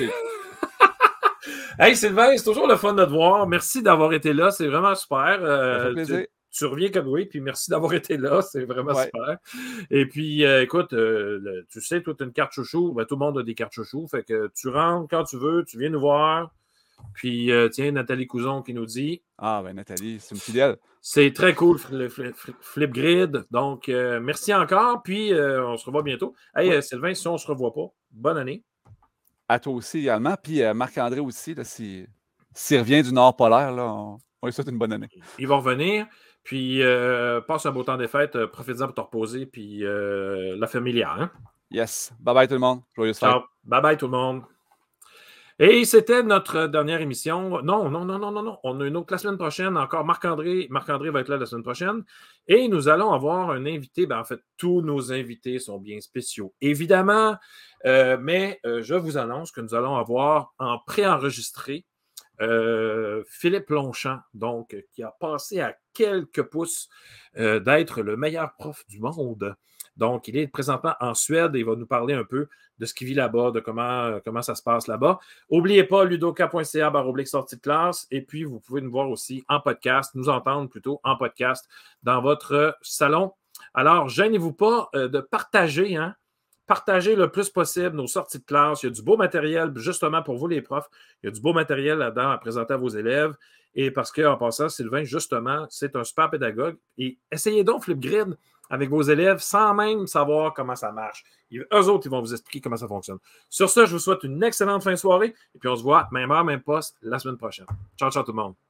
Hey Sylvain, c'est toujours le fun de te voir. Merci d'avoir été là. C'est vraiment super. Ça fait plaisir. Tu reviens comme oui, puis merci d'avoir été là. C'est vraiment super. Et puis, écoute, tu sais, toi, tu as une carte chouchou. Ben, tout le monde a des cartes chouchou. Fait que tu rentres quand tu veux, tu viens nous voir. Puis, tiens, Nathalie Couson qui nous dit. Ah, ben Nathalie, c'est une fidèle. C'est très cool, le Flipgrid. Donc, merci encore. Puis, on se revoit bientôt. Hey, Sylvain, si on ne se revoit pas, bonne année. À toi aussi également. Puis, Marc-André aussi, s'il revient du Nord polaire, là, on lui souhaite une bonne année. Il va revenir. Puis, passe un beau temps des fêtes. Profite-en pour te reposer. Puis, la familiale. Hein? Yes. Bye-bye tout le monde. Joyeuse fête. Ciao. Bye-bye tout le monde. Et c'était notre dernière émission. Non. On a une autre la semaine prochaine. Encore Marc-André. Marc-André va être là la semaine prochaine. Et nous allons avoir un invité. Ben, en fait, tous nos invités sont bien spéciaux, évidemment. Mais je vous annonce que nous allons avoir en préenregistré Philippe Longchamp, donc, qui a passé à quelques pouces d'être le meilleur prof du monde. Donc, il est présentement en Suède et il va nous parler un peu de ce qu'il vit là-bas, de comment ça se passe là-bas. N'oubliez pas ludoka.ca/sortie de classe et puis vous pouvez nous voir aussi en podcast, nous entendre plutôt en podcast dans votre salon. Alors, gênez-vous pas de partager, hein? Partagez le plus possible nos sorties de classe. Il y a du beau matériel, justement, pour vous, les profs. Il y a du beau matériel là-dedans à présenter à vos élèves. Et parce qu'en passant, Sylvain, justement, c'est un super pédagogue. Et essayez donc Flipgrid avec vos élèves sans même savoir comment ça marche. Eux autres, ils vont vous expliquer comment ça fonctionne. Sur ce, je vous souhaite une excellente fin de soirée. Et puis, on se voit, même heure, même poste, la semaine prochaine. Ciao, ciao tout le monde.